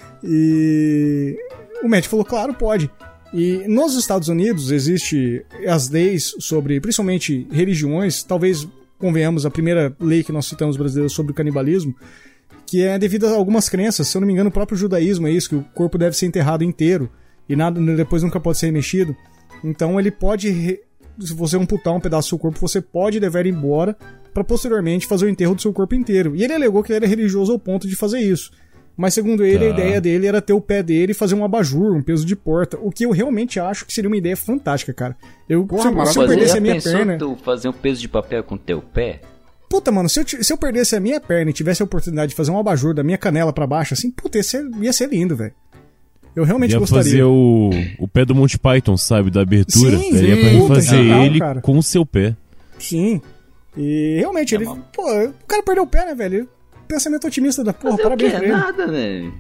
Speaker 1: E o médico falou, claro, pode. E nos Estados Unidos existe as leis sobre, principalmente religiões, talvez convenhamos a primeira lei que nós citamos brasileiros sobre o canibalismo, que é devido a algumas crenças, se eu não me engano o próprio judaísmo é isso, que o corpo deve ser enterrado inteiro e nada depois nunca pode ser remexido. Então ele pode, se você amputar um pedaço do seu corpo, você pode levar ele embora para posteriormente fazer o enterro do seu corpo inteiro. E ele alegou que ele era religioso ao ponto de fazer isso. Mas segundo ele, a ideia dele era ter o pé dele e fazer um abajur, um peso de porta. O que eu realmente acho que seria uma ideia fantástica, cara. Se eu perdesse a minha perna...
Speaker 2: Tu fazer um peso de papel com teu pé?
Speaker 1: Puta, mano, se eu perdesse a minha perna e tivesse a oportunidade de fazer um abajur da minha canela pra baixo, assim, puta, ia ser lindo, velho. Eu realmente gostaria.
Speaker 4: Fazer o pé do Monty Python, sabe, da abertura. Daria pra fazer ele cara. Com o seu pé.
Speaker 1: Sim. E realmente, ele... Pô, o cara perdeu o pé, né, velho? Pensamento otimista da porra, parabéns pra ele.
Speaker 2: Nada, né?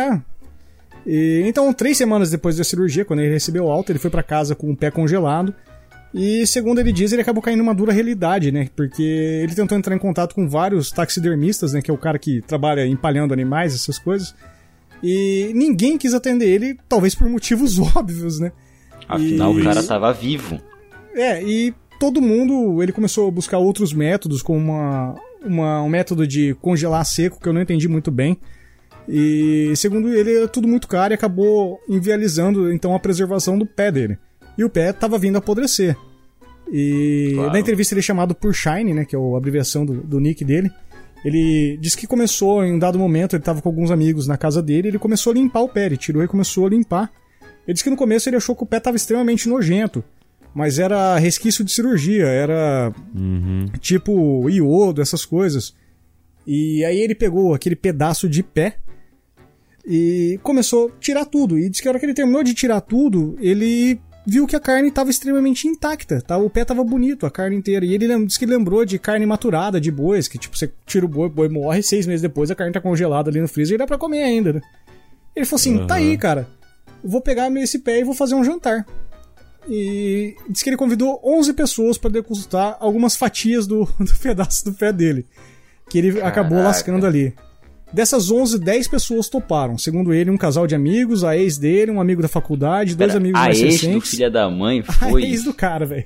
Speaker 1: Então, 3 semanas depois da cirurgia, quando ele recebeu alta, ele foi pra casa com o pé congelado. E, segundo ele diz, ele acabou caindo numa dura realidade, né? Porque ele tentou entrar em contato com vários taxidermistas, né? Que é o cara que trabalha empalhando animais, essas coisas. E ninguém quis atender ele, talvez por motivos óbvios, né?
Speaker 2: Afinal, o cara tava vivo.
Speaker 1: E todo mundo, ele começou a buscar outros métodos, como um método de congelar seco, que eu não entendi muito bem. E, segundo ele, era tudo muito caro e acabou inviabilizando, então, a preservação do pé dele. E o pé estava vindo a apodrecer. E
Speaker 2: Claro.
Speaker 1: na entrevista ele é chamado por Shine, né, que é a abreviação do nick dele. Ele disse que começou, em um dado momento, ele tava com alguns amigos na casa dele, ele começou a limpar o pé, ele tirou e começou a limpar. Ele disse que no começo ele achou que o pé tava extremamente nojento, mas era resquício de cirurgia, era tipo iodo, essas coisas. E aí ele pegou aquele pedaço de pé e começou a tirar tudo. E disse que a hora que ele terminou de tirar tudo, ele viu que a carne estava extremamente intacta, tá? O pé estava bonito, a carne inteira. E ele disse que lembrou de carne maturada de bois, que tipo, você tira o boi morre, 6 meses depois a carne tá congelada ali no freezer e dá pra comer ainda, né? Ele falou assim, tá aí, cara, eu vou pegar esse pé e vou fazer um jantar. E disse que ele convidou 11 pessoas pra degustar algumas fatias do pedaço do pé dele, que ele acabou lascando ali. Dessas 11, 10 pessoas toparam. Segundo ele, um casal de amigos, a ex dele, um amigo da faculdade, dois amigos mais recentes.
Speaker 2: A ex do filho da mãe foi...
Speaker 1: A ex do cara, velho.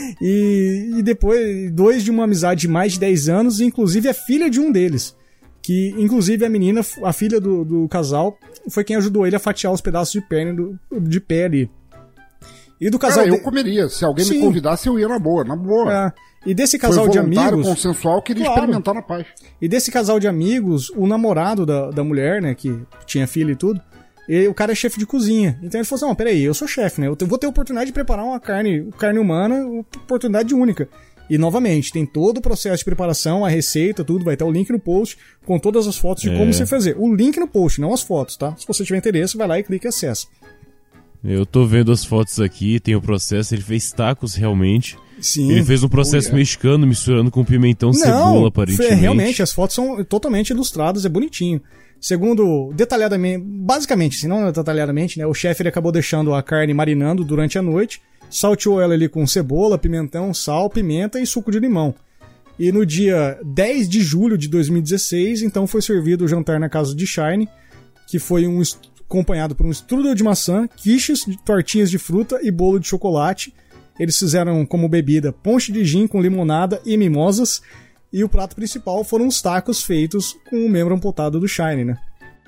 Speaker 1: E depois, 2 de uma amizade de mais de 10 anos, inclusive a filha de um deles. Que, inclusive, a menina, a filha do casal, foi quem ajudou ele a fatiar os pedaços de pé ali. E do casal...
Speaker 3: eu comeria. Se alguém me convidasse, eu ia na boa, na boa.
Speaker 1: E desse casal de amigos...
Speaker 3: consensual, queria experimentar na paz.
Speaker 1: E desse casal de amigos, o namorado da mulher, né, que tinha filho e tudo, o cara é chefe de cozinha. Então ele falou assim, não, peraí, eu sou chefe, né, eu vou ter a oportunidade de preparar uma carne humana, oportunidade única. E novamente, tem todo o processo de preparação, a receita, tudo, vai ter o link no post com todas as fotos de como você fazer. O link no post, não as fotos, tá? Se você tiver interesse, vai lá e clica e acessa.
Speaker 4: Eu tô vendo as fotos aqui, tem o processo, ele fez tacos realmente.
Speaker 1: Sim.
Speaker 4: Ele fez um processo mexicano, misturando com pimentão, cebola, aparentemente.
Speaker 1: Realmente, as fotos são totalmente ilustradas, é bonitinho. Segundo, detalhadamente, basicamente, se não detalhadamente, né, o chefe ele acabou deixando a carne marinando durante a noite, salteou ela ali com cebola, pimentão, sal, pimenta e suco de limão. E no dia 10 de julho de 2016, então foi servido o jantar na casa de Shine, que foi acompanhado por um strudel de maçã, quiches, tortinhas de fruta e bolo de chocolate. Eles fizeram como bebida ponche de gin com limonada e mimosas. E o prato principal foram os tacos feitos com o membro amputado do Shine, né?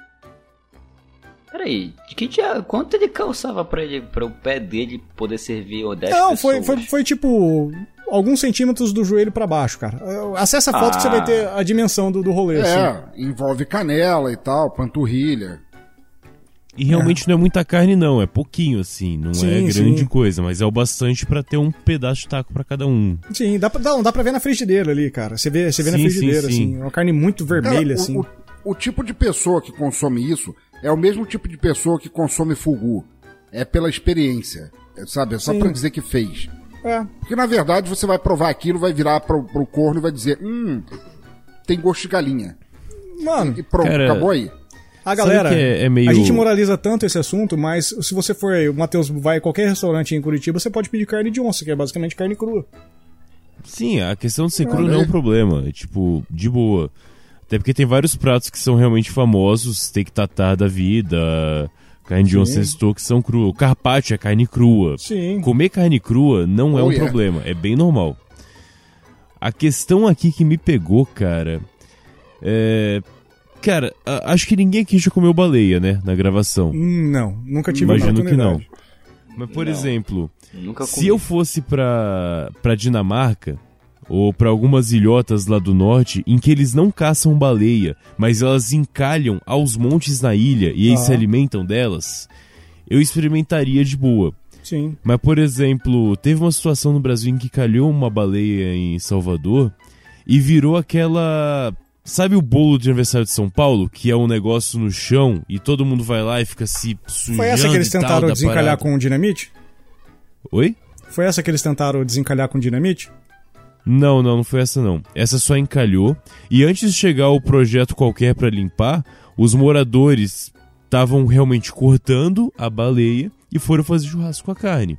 Speaker 2: Peraí, quanto ele calçava para o pé dele poder servir 10
Speaker 1: Não,
Speaker 2: pessoas?
Speaker 1: foi tipo alguns centímetros do joelho pra baixo, cara. Acessa a foto que você vai ter a dimensão do rolê. Assim.
Speaker 3: Envolve canela e tal, panturrilha.
Speaker 4: E realmente não é muita carne não, é pouquinho assim, não é grande coisa, mas é o bastante pra ter um pedaço de taco pra cada um.
Speaker 1: Sim, dá pra ver na frigideira ali, cara. Você vê na frigideira, assim, uma carne muito vermelha, assim.
Speaker 3: O tipo de pessoa que consome isso é o mesmo tipo de pessoa que consome fugu. É pela experiência, sabe? É só pra dizer que fez. Porque na verdade você vai provar aquilo, vai virar pro corno e vai dizer, tem gosto de galinha.
Speaker 1: Mano,
Speaker 3: e pronto,
Speaker 4: cara,
Speaker 3: acabou aí.
Speaker 1: A galera,
Speaker 4: meio...
Speaker 1: a gente moraliza tanto esse assunto, mas se você for aí, o Matheus vai a qualquer restaurante em Curitiba, você pode pedir carne de onça, que é basicamente carne crua.
Speaker 4: Sim, a questão de ser cru não é um problema, é tipo, de boa. Até porque tem vários pratos que são realmente famosos, steak tartar da vida, carne de onça que são cruas. O carpaccio é carne crua.
Speaker 1: Sim.
Speaker 4: Comer carne crua não é um problema, é bem normal. A questão aqui que me pegou, cara, Cara, acho que ninguém aqui já comeu baleia, né, na gravação.
Speaker 1: Não, nunca tive a
Speaker 4: oportunidade.
Speaker 1: Imagino
Speaker 4: que não. Mas, por exemplo,
Speaker 2: nunca
Speaker 4: se eu fosse pra Dinamarca, ou pra algumas ilhotas lá do norte, em que eles não caçam baleia, mas elas encalham aos montes na ilha e aí se alimentam delas, eu experimentaria de boa.
Speaker 1: Sim.
Speaker 4: Mas, por exemplo, teve uma situação no Brasil em que calhou uma baleia em Salvador e virou aquela... Sabe o bolo de aniversário de São Paulo? Que é um negócio no chão e todo mundo vai lá e fica se sujando.
Speaker 1: Foi essa que eles tentaram desencalhar com dinamite?
Speaker 4: Oi?
Speaker 1: Foi essa que eles tentaram desencalhar com dinamite?
Speaker 4: Não foi essa não. Essa só encalhou. E antes de chegar o projeto qualquer pra limpar, os moradores estavam realmente cortando a baleia e foram fazer churrasco com a carne.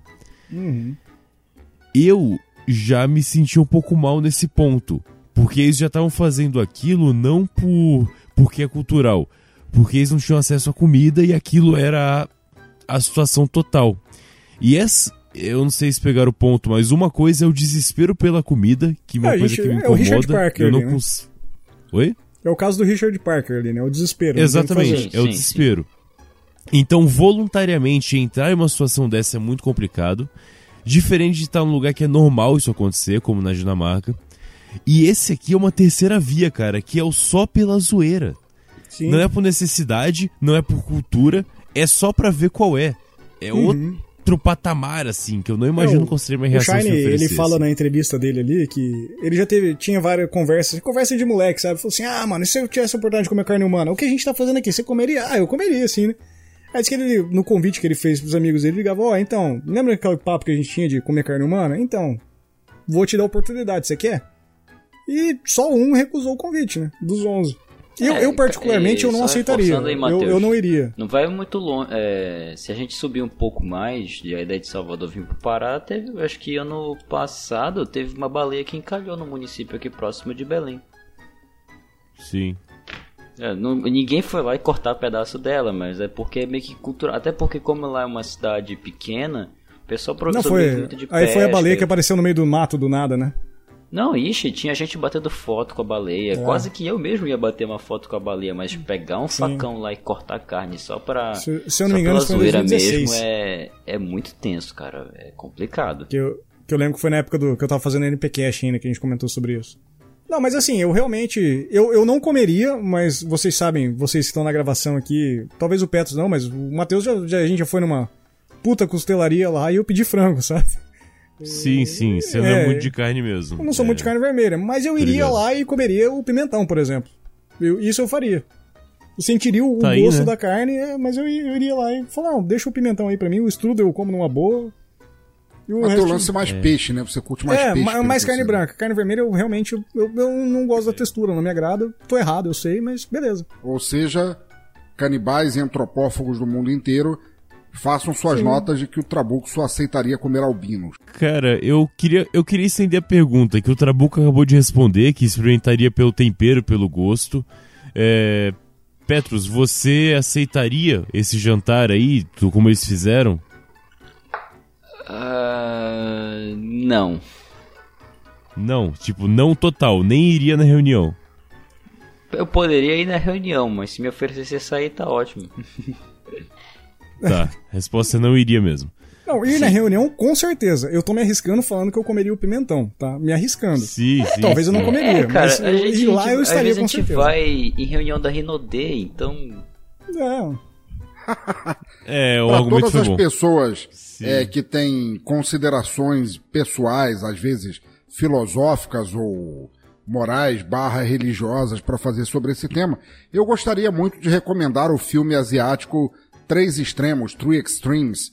Speaker 4: Eu já me senti um pouco mal nesse ponto. Porque eles já estavam fazendo aquilo não porque é cultural, porque eles não tinham acesso à comida e aquilo era a situação total. E eu não sei se pegaram o ponto, mas uma coisa é o desespero pela comida, que é uma coisa que me incomoda.
Speaker 1: É o Richard Parker
Speaker 4: eu não
Speaker 1: ali, né?
Speaker 4: Oi?
Speaker 1: É o caso do Richard Parker ali, né? O desespero.
Speaker 4: Exatamente, é o desespero. Então, voluntariamente, entrar em uma situação dessa é muito complicado. Diferente de estar num lugar que é normal isso acontecer, como na Dinamarca. E esse aqui é uma terceira via, cara, que é o só pela zoeira.
Speaker 1: Sim.
Speaker 4: Não é por necessidade, não é por cultura, é só pra ver qual é. É outro patamar, assim, que eu não imagino qual seria a minha reação.
Speaker 1: O Shine,
Speaker 4: se me
Speaker 1: ele fala na entrevista dele ali que ele já tinha várias conversa de moleque, sabe? Falou assim, mano, e se eu tivesse a oportunidade de comer carne humana? O que a gente tá fazendo aqui? Você comeria? Eu comeria, assim, né? Aí disse que ele, no convite que ele fez pros amigos dele, ele ligava, então, lembra aquele papo que a gente tinha de comer carne humana? Então, vou te dar a oportunidade, você quer? E só um recusou o convite, né? Dos 11. Eu particularmente, eu não aceitaria. Aí, eu não iria.
Speaker 2: Não vai muito longe. Se a gente subir um pouco mais, a ideia de Salvador vir pro Pará, teve, acho que ano passado, teve uma baleia que encalhou no município aqui próximo de Belém.
Speaker 4: Sim.
Speaker 2: Ninguém foi lá e cortar pedaço dela, mas é porque é meio que cultural. Até porque como lá é uma cidade pequena, o pessoal sobrevive muito de pesca.
Speaker 1: Aí foi a baleia que apareceu no meio do mato do nada, né?
Speaker 2: Não, tinha gente batendo foto com a baleia. Quase que eu mesmo ia bater uma foto com a baleia, mas pegar um facão lá e cortar carne só pra... Se eu não me engano, foi em 2016. Mesmo é muito tenso, cara. É complicado.
Speaker 1: Que eu lembro que foi na época que eu tava fazendo NPcast ainda, que a gente comentou sobre isso. Não, mas assim, eu realmente... Eu não comeria, mas vocês sabem, vocês que estão na gravação aqui, talvez o Petros não, mas o Matheus a gente já foi numa puta costelaria lá e eu pedi frango, sabe?
Speaker 4: Sim, você não é muito de carne mesmo.
Speaker 1: Eu não sou muito de carne vermelha, mas eu iria lá e comeria o pimentão, por exemplo. Isso eu faria. Eu sentiria o gosto da carne, mas eu iria lá e falar, não, deixa o pimentão aí pra mim, o strudel eu como numa boa.
Speaker 3: Mas teu lance é mais peixe, né? Você curte mais peixe.
Speaker 1: Mais carne branca. Carne vermelha eu realmente eu não gosto da textura, não me agrada. Tô errado, eu sei, mas beleza.
Speaker 3: Ou seja, canibais e antropófagos do mundo inteiro... Façam suas notas de que o Trabuco só aceitaria comer albinos.
Speaker 4: Cara, eu queria estender a pergunta que o Trabuco acabou de responder, que experimentaria pelo tempero, pelo gosto. Petros, você aceitaria esse jantar aí, como eles fizeram?
Speaker 2: Não.
Speaker 4: Não, tipo, não total, nem iria na reunião.
Speaker 2: Eu poderia ir na reunião, mas se me oferecer açaí, tá ótimo.
Speaker 4: Tá, a resposta não iria mesmo.
Speaker 1: Não, ir na reunião, com certeza. Eu tô me arriscando falando que eu comeria o pimentão, tá? Me arriscando.
Speaker 4: Sim.
Speaker 1: Talvez eu não comeria,
Speaker 2: cara,
Speaker 1: mas lá eu estaria com certeza.
Speaker 2: A gente vai em reunião da Rinodê, então...
Speaker 4: O
Speaker 3: pra
Speaker 4: argumento
Speaker 3: todas
Speaker 4: foi
Speaker 3: as
Speaker 4: bom.
Speaker 3: pessoas que têm considerações pessoais, às vezes filosóficas ou morais / religiosas para fazer sobre esse tema, eu gostaria muito de recomendar o filme asiático Três Extremos, Three Extremes.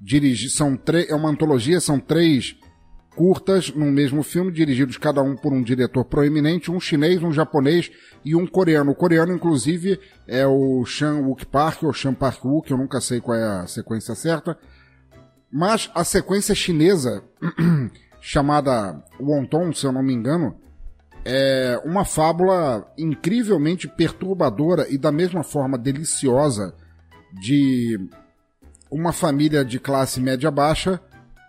Speaker 3: É uma antologia, são 3 curtas num mesmo filme, dirigidos cada um por um diretor proeminente, um chinês, um japonês e um coreano. O coreano, inclusive, é o Chan Wook Park, ou Chan Park Wook, eu nunca sei qual é a sequência certa. Mas a sequência chinesa, chamada Wonton, se eu não me engano, é uma fábula incrivelmente perturbadora e da mesma forma deliciosa de uma família de classe média baixa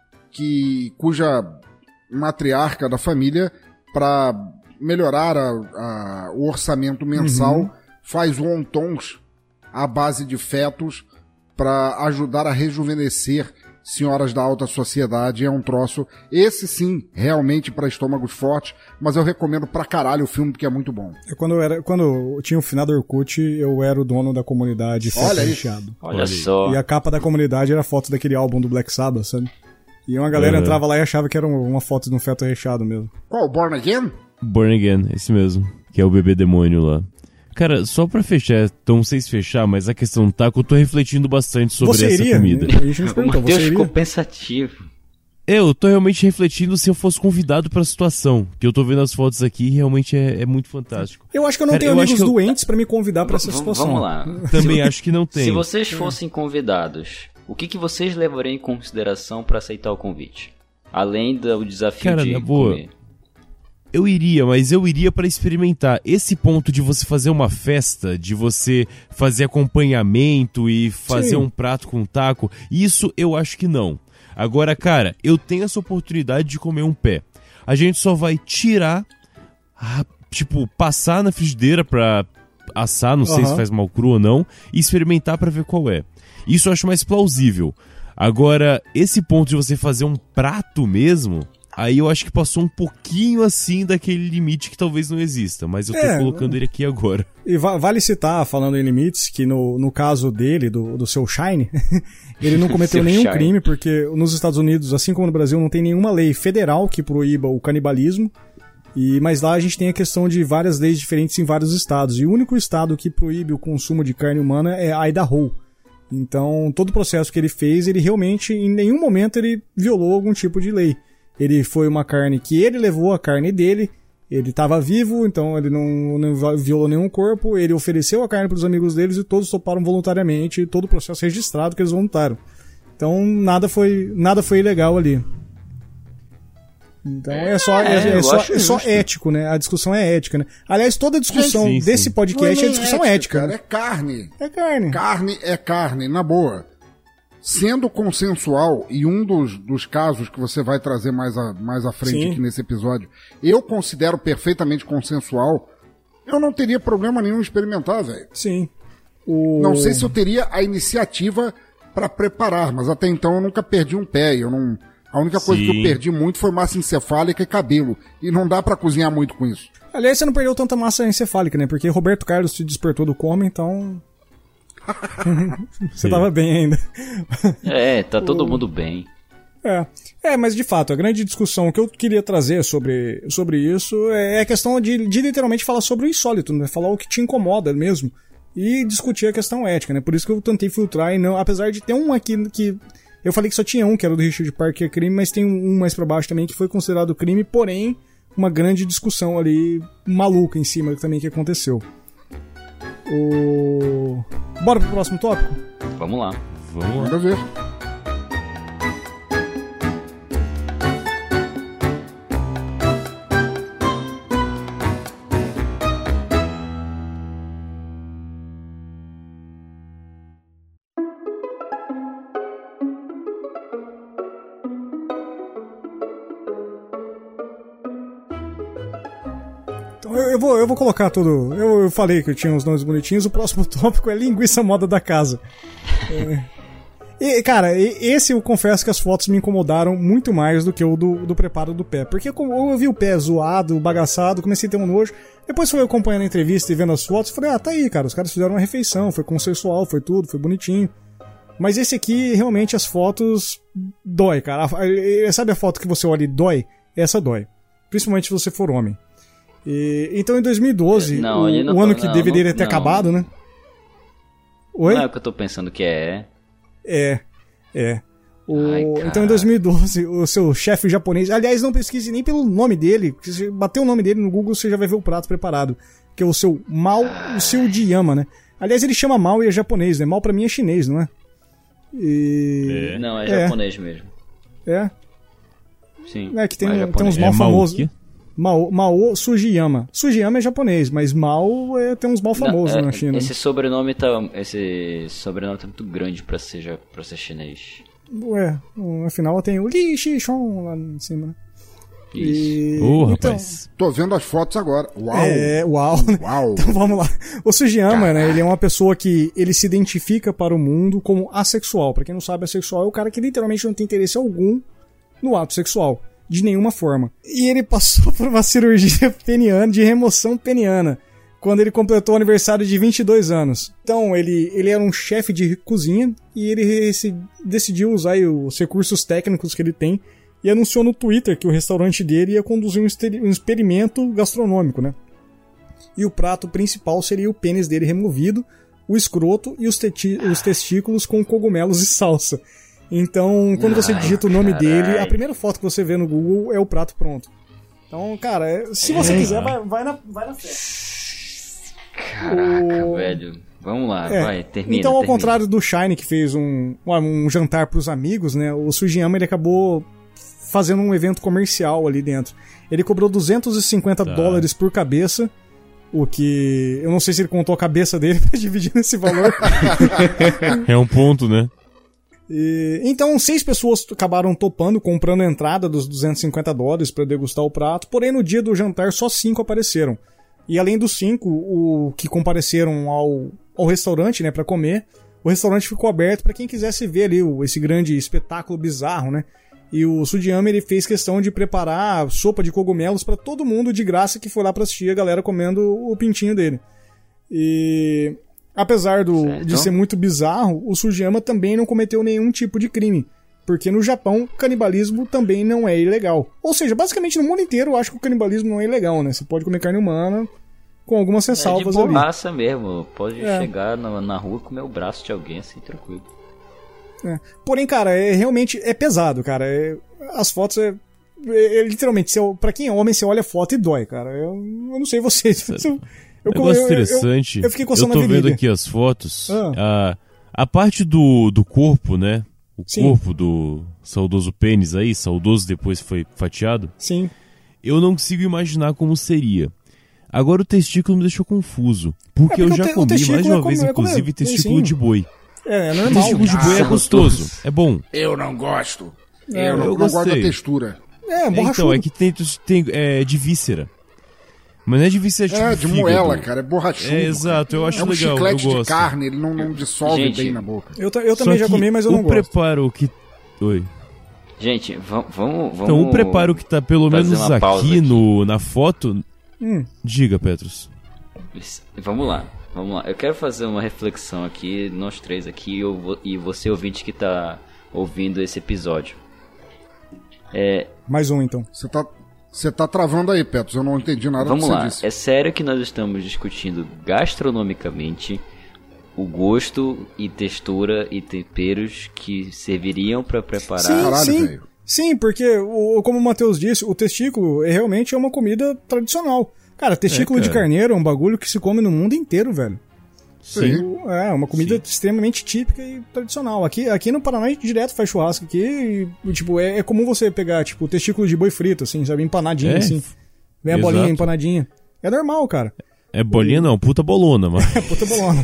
Speaker 3: cuja matriarca da família, para melhorar o orçamento mensal, faz wontons à base de fetos para ajudar a rejuvenescer senhoras da alta sociedade. É um troço, esse sim, realmente para estômagos fortes, mas eu recomendo pra caralho o filme porque é muito bom.
Speaker 1: Quando eu tinha o finado Orkut, eu era o dono da comunidade feto recheado.
Speaker 2: Olha só.
Speaker 1: E a capa da comunidade era foto daquele álbum do Black Sabbath, sabe? E uma galera entrava lá e achava que era uma foto de um feto recheado mesmo.
Speaker 3: Qual? Born Again?
Speaker 4: Born Again, esse mesmo, que é o bebê demônio lá. Cara, só pra fechar, então não sei se fechar, mas a questão do taco, eu tô refletindo bastante sobre essa comida.
Speaker 2: O Matheus ficou pensativo.
Speaker 4: Eu tô realmente refletindo se eu fosse convidado pra situação, que eu tô vendo as fotos aqui e realmente é muito fantástico.
Speaker 1: Eu acho que eu não tenho amigos doentes pra me convidar pra essa situação.
Speaker 2: Vamos lá.
Speaker 4: Também acho que não tem.
Speaker 2: Se vocês fossem convidados, o que vocês levariam em consideração pra aceitar o convite? Além do desafio de
Speaker 4: na boa,
Speaker 2: comer.
Speaker 4: Eu iria para experimentar. Esse ponto de você fazer uma festa, de você fazer acompanhamento e fazer um prato com taco, isso eu acho que não. Agora, cara, eu tenho essa oportunidade de comer um pé. A gente só vai tirar, passar na frigideira pra assar, não sei se faz mal cru ou não, e experimentar pra ver qual é. Isso eu acho mais plausível. Agora, esse ponto de você fazer um prato mesmo, aí eu acho que passou um pouquinho assim daquele limite que talvez não exista, mas eu tô colocando ele aqui agora.
Speaker 1: E vale citar, falando em limites, que no caso dele, do seu Shine, ele não cometeu nenhum crime, porque nos Estados Unidos, assim como no Brasil, não tem nenhuma lei federal que proíba o canibalismo, mas lá a gente tem a questão de várias leis diferentes em vários estados, e o único estado que proíbe o consumo de carne humana é Idaho. Então, todo o processo que ele fez, ele realmente, em nenhum momento, ele violou algum tipo de lei. Ele foi uma carne que ele levou, a carne dele, ele estava vivo, então ele não violou nenhum corpo, ele ofereceu a carne para os amigos deles e todos toparam voluntariamente, todo o processo registrado que eles voluntaram. Então, nada foi ilegal ali. Então é só ético, né? A discussão é ética, né? Aliás, toda a discussão desse podcast é discussão ética.
Speaker 3: Cara,
Speaker 1: né?
Speaker 3: É carne.
Speaker 1: É carne.
Speaker 3: Carne é carne, na boa. Sendo consensual, e um dos casos que você vai trazer mais à frente aqui nesse episódio, eu considero perfeitamente consensual, eu não teria problema nenhum em experimentar, velho.
Speaker 1: Sim.
Speaker 3: Não sei se eu teria a iniciativa para preparar, mas até então eu nunca perdi um pé. A única coisa que eu perdi muito foi massa encefálica e cabelo. E não dá pra cozinhar muito com isso.
Speaker 1: Aliás, você não perdeu tanta massa encefálica, né? Porque Roberto Carlos te despertou do coma, então... Você tava bem ainda.
Speaker 2: Tá todo mundo bem.
Speaker 1: Mas de fato, a grande discussão que eu queria trazer sobre isso é a questão de literalmente falar sobre o insólito, né? Falar o que te incomoda mesmo. E discutir a questão ética, né? Por isso que eu tentei filtrar, e não, apesar de ter um aqui que... Eu falei que só tinha um, que era o do Richard Parker, que é crime, mas tem um mais pra baixo também que foi considerado crime, porém, uma grande discussão ali maluca em cima também que aconteceu. Bora pro próximo tópico?
Speaker 2: Vamos lá.
Speaker 3: Vamos ver.
Speaker 1: Eu vou colocar tudo. Eu falei que eu tinha uns nomes bonitinhos. O próximo tópico é linguiça moda da casa. Cara, esse eu confesso que as fotos me incomodaram muito mais do que o do preparo do pé. Porque eu vi o pé zoado, bagaçado, comecei a ter um nojo. Depois fui acompanhando a entrevista e vendo as fotos. Falei, tá aí, cara, os caras fizeram uma refeição, foi consensual, foi tudo, foi bonitinho. Mas esse aqui, realmente, as fotos dói, cara. Sabe a foto que você olha e dói? Essa dói. Principalmente se você for homem. Então em 2012, o ano que deveria ter acabado, né? Oi?
Speaker 2: Não é o que eu tô pensando que é.
Speaker 1: Então em 2012, o seu chefe japonês... Aliás, não pesquise nem pelo nome dele, porque se você bater o nome dele no Google, você já vai ver o prato preparado. Que é o seu Mao Seudiyama, né? Aliás, ele chama Mao e é japonês, né? Mao pra mim é chinês, não é?
Speaker 2: Não, é japonês mesmo.
Speaker 1: É?
Speaker 2: Sim.
Speaker 1: Que tem uns mal famosos. Mao Sugiyama. Sugiyama é japonês, mas Mao tem uns mal famosos na China.
Speaker 2: Esse sobrenome tá muito grande pra ser chinês.
Speaker 1: Afinal tem o Li Shishong lá em cima, né?
Speaker 2: Isso.
Speaker 4: Rapaz.
Speaker 3: Tô vendo as fotos agora.
Speaker 1: Uau. Então vamos lá. O Sugiyama, né, ele é uma pessoa que ele se identifica para o mundo como assexual. Pra quem não sabe, assexual é o cara que literalmente não tem interesse algum no ato sexual. De nenhuma forma. E ele passou por uma cirurgia peniana, de remoção peniana, quando ele completou o aniversário de 22 anos. Então, ele era um chefe de cozinha e ele decidiu usar os recursos técnicos que ele tem e anunciou no Twitter que o restaurante dele ia conduzir um experimento gastronômico, né? E o prato principal seria o pênis dele removido, o escroto e os testículos com cogumelos e salsa. Então, quando você digita o nome dele, a primeira foto que você vê no Google é o prato pronto. Então, cara, se você quiser, vai na fé.
Speaker 2: Caraca, velho. Vamos lá, vai, termina.
Speaker 1: Então, ao contrário do Shine, que fez um jantar pros amigos, né? O Sugiyama, ele acabou fazendo um evento comercial ali dentro. Ele cobrou $250 por cabeça, o que... Eu não sei se ele contou a cabeça dele pra dividir nesse valor.
Speaker 4: É um ponto, né?
Speaker 1: Então 6 pessoas acabaram topando, comprando a entrada dos $250 para degustar o prato, porém no dia do jantar só 5 apareceram. E além dos 5, o que compareceram ao restaurante, né, para comer, o restaurante ficou aberto para quem quisesse ver ali esse grande espetáculo bizarro, né? E o Sugiyama, ele fez questão de preparar sopa de cogumelos para todo mundo de graça que foi lá pra assistir a galera comendo o pintinho dele. E apesar de ser muito bizarro, o Sugiyama também não cometeu nenhum tipo de crime. Porque no Japão, canibalismo também não é ilegal. Ou seja, basicamente no mundo inteiro eu acho que o canibalismo não é ilegal, né? Você pode comer carne humana com algumas ressalvas ali.
Speaker 2: É de borracha mesmo. Pode chegar na rua e comer o braço de alguém assim, tranquilo.
Speaker 1: Porém, cara, realmente é pesado, cara. As fotos literalmente, pra quem é homem, você olha a foto e dói, cara. Eu não sei vocês.
Speaker 4: Negócio interessante.
Speaker 1: Eu fiquei coçando
Speaker 4: eu
Speaker 1: a
Speaker 4: tô vendo aqui as fotos. A parte do corpo, né? O corpo do saudoso pênis aí, saudoso depois foi fatiado.
Speaker 1: Sim.
Speaker 4: Eu não consigo imaginar como seria. Agora o testículo me deixou confuso. Porque eu já comi mais de uma vez, inclusive, testículo de boi.
Speaker 1: É normal.
Speaker 4: Testículo de boi é gostoso, é bom.
Speaker 3: Eu não gosto. Eu não
Speaker 4: gostei.
Speaker 3: gosto da textura.
Speaker 1: Borrachudo.
Speaker 4: Então, é que tem de víscera. Mas não é de víscera tipo
Speaker 3: de
Speaker 4: fígado.
Speaker 3: Moela, cara, é borrachudo.
Speaker 4: Exato, eu acho
Speaker 3: legal.
Speaker 4: É um
Speaker 3: chiclete
Speaker 4: eu gosto.
Speaker 3: de carne, ele não dissolve bem na boca.
Speaker 1: Eu também já comi, mas eu não gosto.
Speaker 4: O preparo que... Oi.
Speaker 2: Gente, vamos...
Speaker 4: Então, o preparo que tá pelo menos aqui na foto... Diga, Petrus.
Speaker 2: Vamos lá. Eu quero fazer uma reflexão aqui, nós três aqui, e você ouvinte que tá ouvindo esse episódio.
Speaker 1: Mais um, então.
Speaker 3: Você tá travando aí, Petrus, eu não entendi nada do que você disse.
Speaker 2: É sério que nós estamos discutindo gastronomicamente o gosto e textura e temperos que serviriam para preparar...
Speaker 1: Sim, porque, como o Matheus disse, o testículo realmente é uma comida tradicional. Cara, testículo de carneiro é um bagulho que se come no mundo inteiro, velho.
Speaker 4: Sim.
Speaker 1: É uma comida extremamente típica e tradicional. Aqui no Paraná a gente direto faz churrasco aqui e, tipo, é comum você pegar, tipo, o testículo de boi frito, assim, sabe? Empanadinho, assim. Vem a bolinha empanadinha. É normal, cara.
Speaker 4: É bolinha não, puta bolona, mano.
Speaker 1: É puta bolona.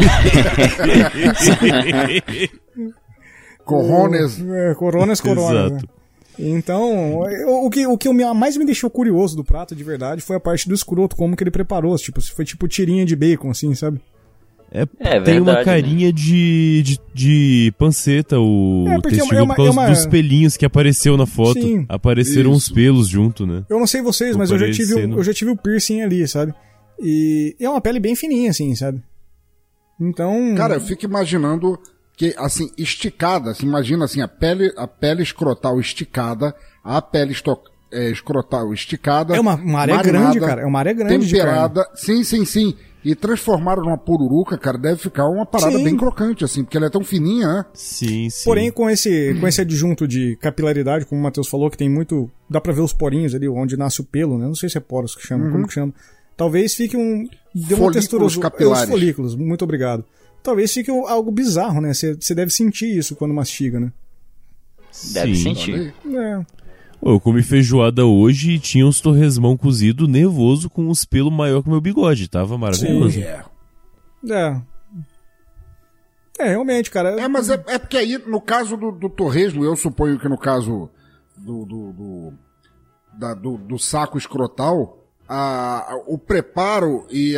Speaker 1: Coronas.
Speaker 4: Exato.
Speaker 1: Né? Então, o que mais me deixou curioso do prato, de verdade, foi a parte do escroto, como que ele preparou. Tipo, se foi tipo tirinha de bacon, assim, sabe?
Speaker 4: Tem uma carinha, né? de panceta o testículo por causa dos pelinhos que apareceu na foto.
Speaker 1: Sim.
Speaker 4: Apareceram uns pelos junto, né?
Speaker 1: Eu não sei vocês, mas eu já tive o piercing ali, sabe? E é uma pele bem fininha, assim, sabe? Então...
Speaker 3: Cara, eu fico imaginando que, assim, esticada, assim, imagina assim, a pele escrotal esticada, a pele escrotal esticada...
Speaker 1: É uma área grande, cara. É uma área grande
Speaker 3: temperada, sim. E transformaram numa pururuca, cara, deve ficar uma parada bem crocante, assim, porque ela é tão fininha, né?
Speaker 4: Sim.
Speaker 1: Porém, com esse adjunto de capilaridade, como o Matheus falou, que tem muito... Dá pra ver os porinhos ali, onde nasce o pelo, né? Não sei se é poros que chama, como que chama. Talvez fique dê uma textura...
Speaker 3: capilares.
Speaker 1: Os folículos, muito obrigado. Talvez fique algo bizarro, né? Você deve sentir isso quando mastiga, né?
Speaker 2: Deve sentir.
Speaker 4: Eu comi feijoada hoje e tinha uns torresmão cozido nervoso com uns pelos maior que o meu bigode. Tava maravilhoso.
Speaker 1: Realmente, cara.
Speaker 3: Mas é porque aí, no caso do torresmo, eu suponho que no caso do saco escrotal, o preparo e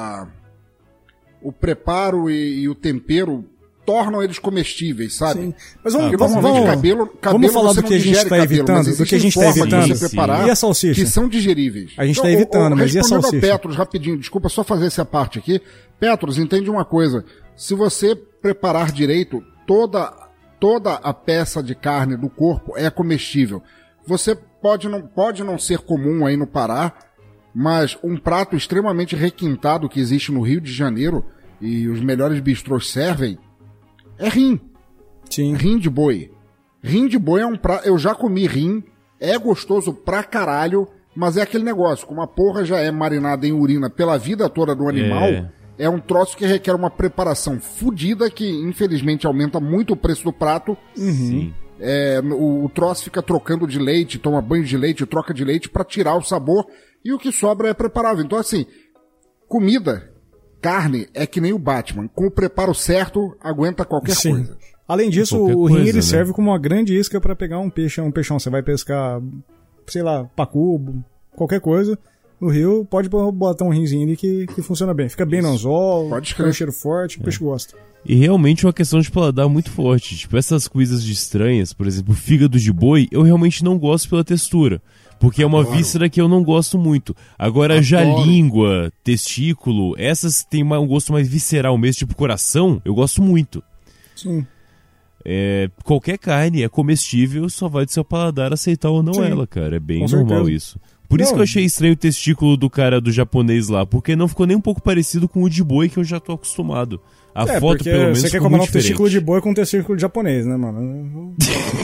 Speaker 3: o tempero tornam eles comestíveis, sabe?
Speaker 1: Sim. Mas vamos falar do que a gente está evitando,
Speaker 3: preparar
Speaker 1: e a salsicha?
Speaker 3: Que são digeríveis.
Speaker 1: A gente está evitando, mas e a salsicha?
Speaker 3: Respondendo a Petrus, rapidinho, desculpa só fazer essa parte aqui. Petrus, entende uma coisa, se você preparar direito, toda a peça de carne do corpo é comestível. Você pode não ser comum aí no Pará, mas um prato extremamente requintado que existe no Rio de Janeiro, e os melhores bistrôs servem, é rim.
Speaker 1: Sim.
Speaker 3: Rim de boi. Rim de boi é um prato... Eu já comi rim, é gostoso pra caralho, mas é aquele negócio, como a porra já é marinada em urina pela vida toda do animal, é um troço que requer uma preparação fodida, que infelizmente aumenta muito o preço do prato.
Speaker 4: Sim.
Speaker 3: O troço fica trocando de leite, toma banho de leite, troca de leite pra tirar o sabor, e o que sobra é preparável. Então, assim, comida, carne, é que nem o Batman. Com o preparo certo, aguenta qualquer coisa.
Speaker 1: Além disso, o rim ele serve como uma grande isca pra pegar um peixão. Você vai pescar, sei lá, pacu, qualquer coisa. no rio, pode botar um rinzinho ali que funciona bem. Fica bem no anzol, tem um cheiro forte, o peixe gosta.
Speaker 4: E realmente é uma questão de paladar muito forte. Tipo, essas coisas de estranhas, por exemplo, fígado de boi, eu realmente não gosto pela textura. Porque é uma víscera que eu não gosto muito. Agora, já língua, testículo, essas tem um gosto mais visceral mesmo, tipo coração, eu gosto muito.
Speaker 1: Sim.
Speaker 4: Qualquer carne é comestível, só vai do seu paladar aceitar ou não ela, cara. É bem
Speaker 1: Com
Speaker 4: normal
Speaker 1: certeza.
Speaker 4: isso. Por isso que eu achei estranho o testículo do cara do japonês lá, porque não ficou nem um pouco parecido com o de boi que eu já tô acostumado. A foto, pelo menos,
Speaker 1: você quer combinar um testículo de boi com um testículo de japonês, né, mano?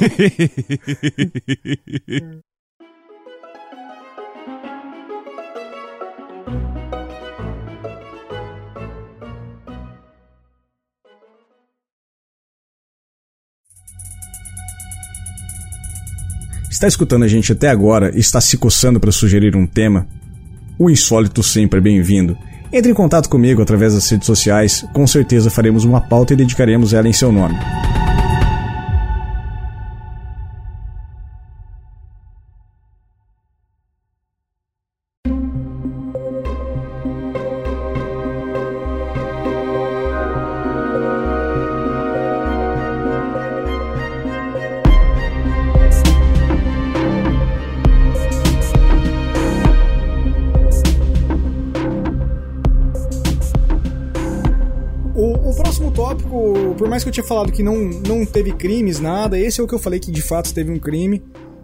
Speaker 1: Está escutando a gente até agora e está se coçando para sugerir um tema? O insólito sempre é bem-vindo. Entre em contato comigo através das redes sociais, com certeza faremos uma pauta e dedicaremos ela em seu nome. O próximo tópico, por mais que eu tinha falado que não teve crimes, nada, esse é o que eu falei que de fato teve um crime,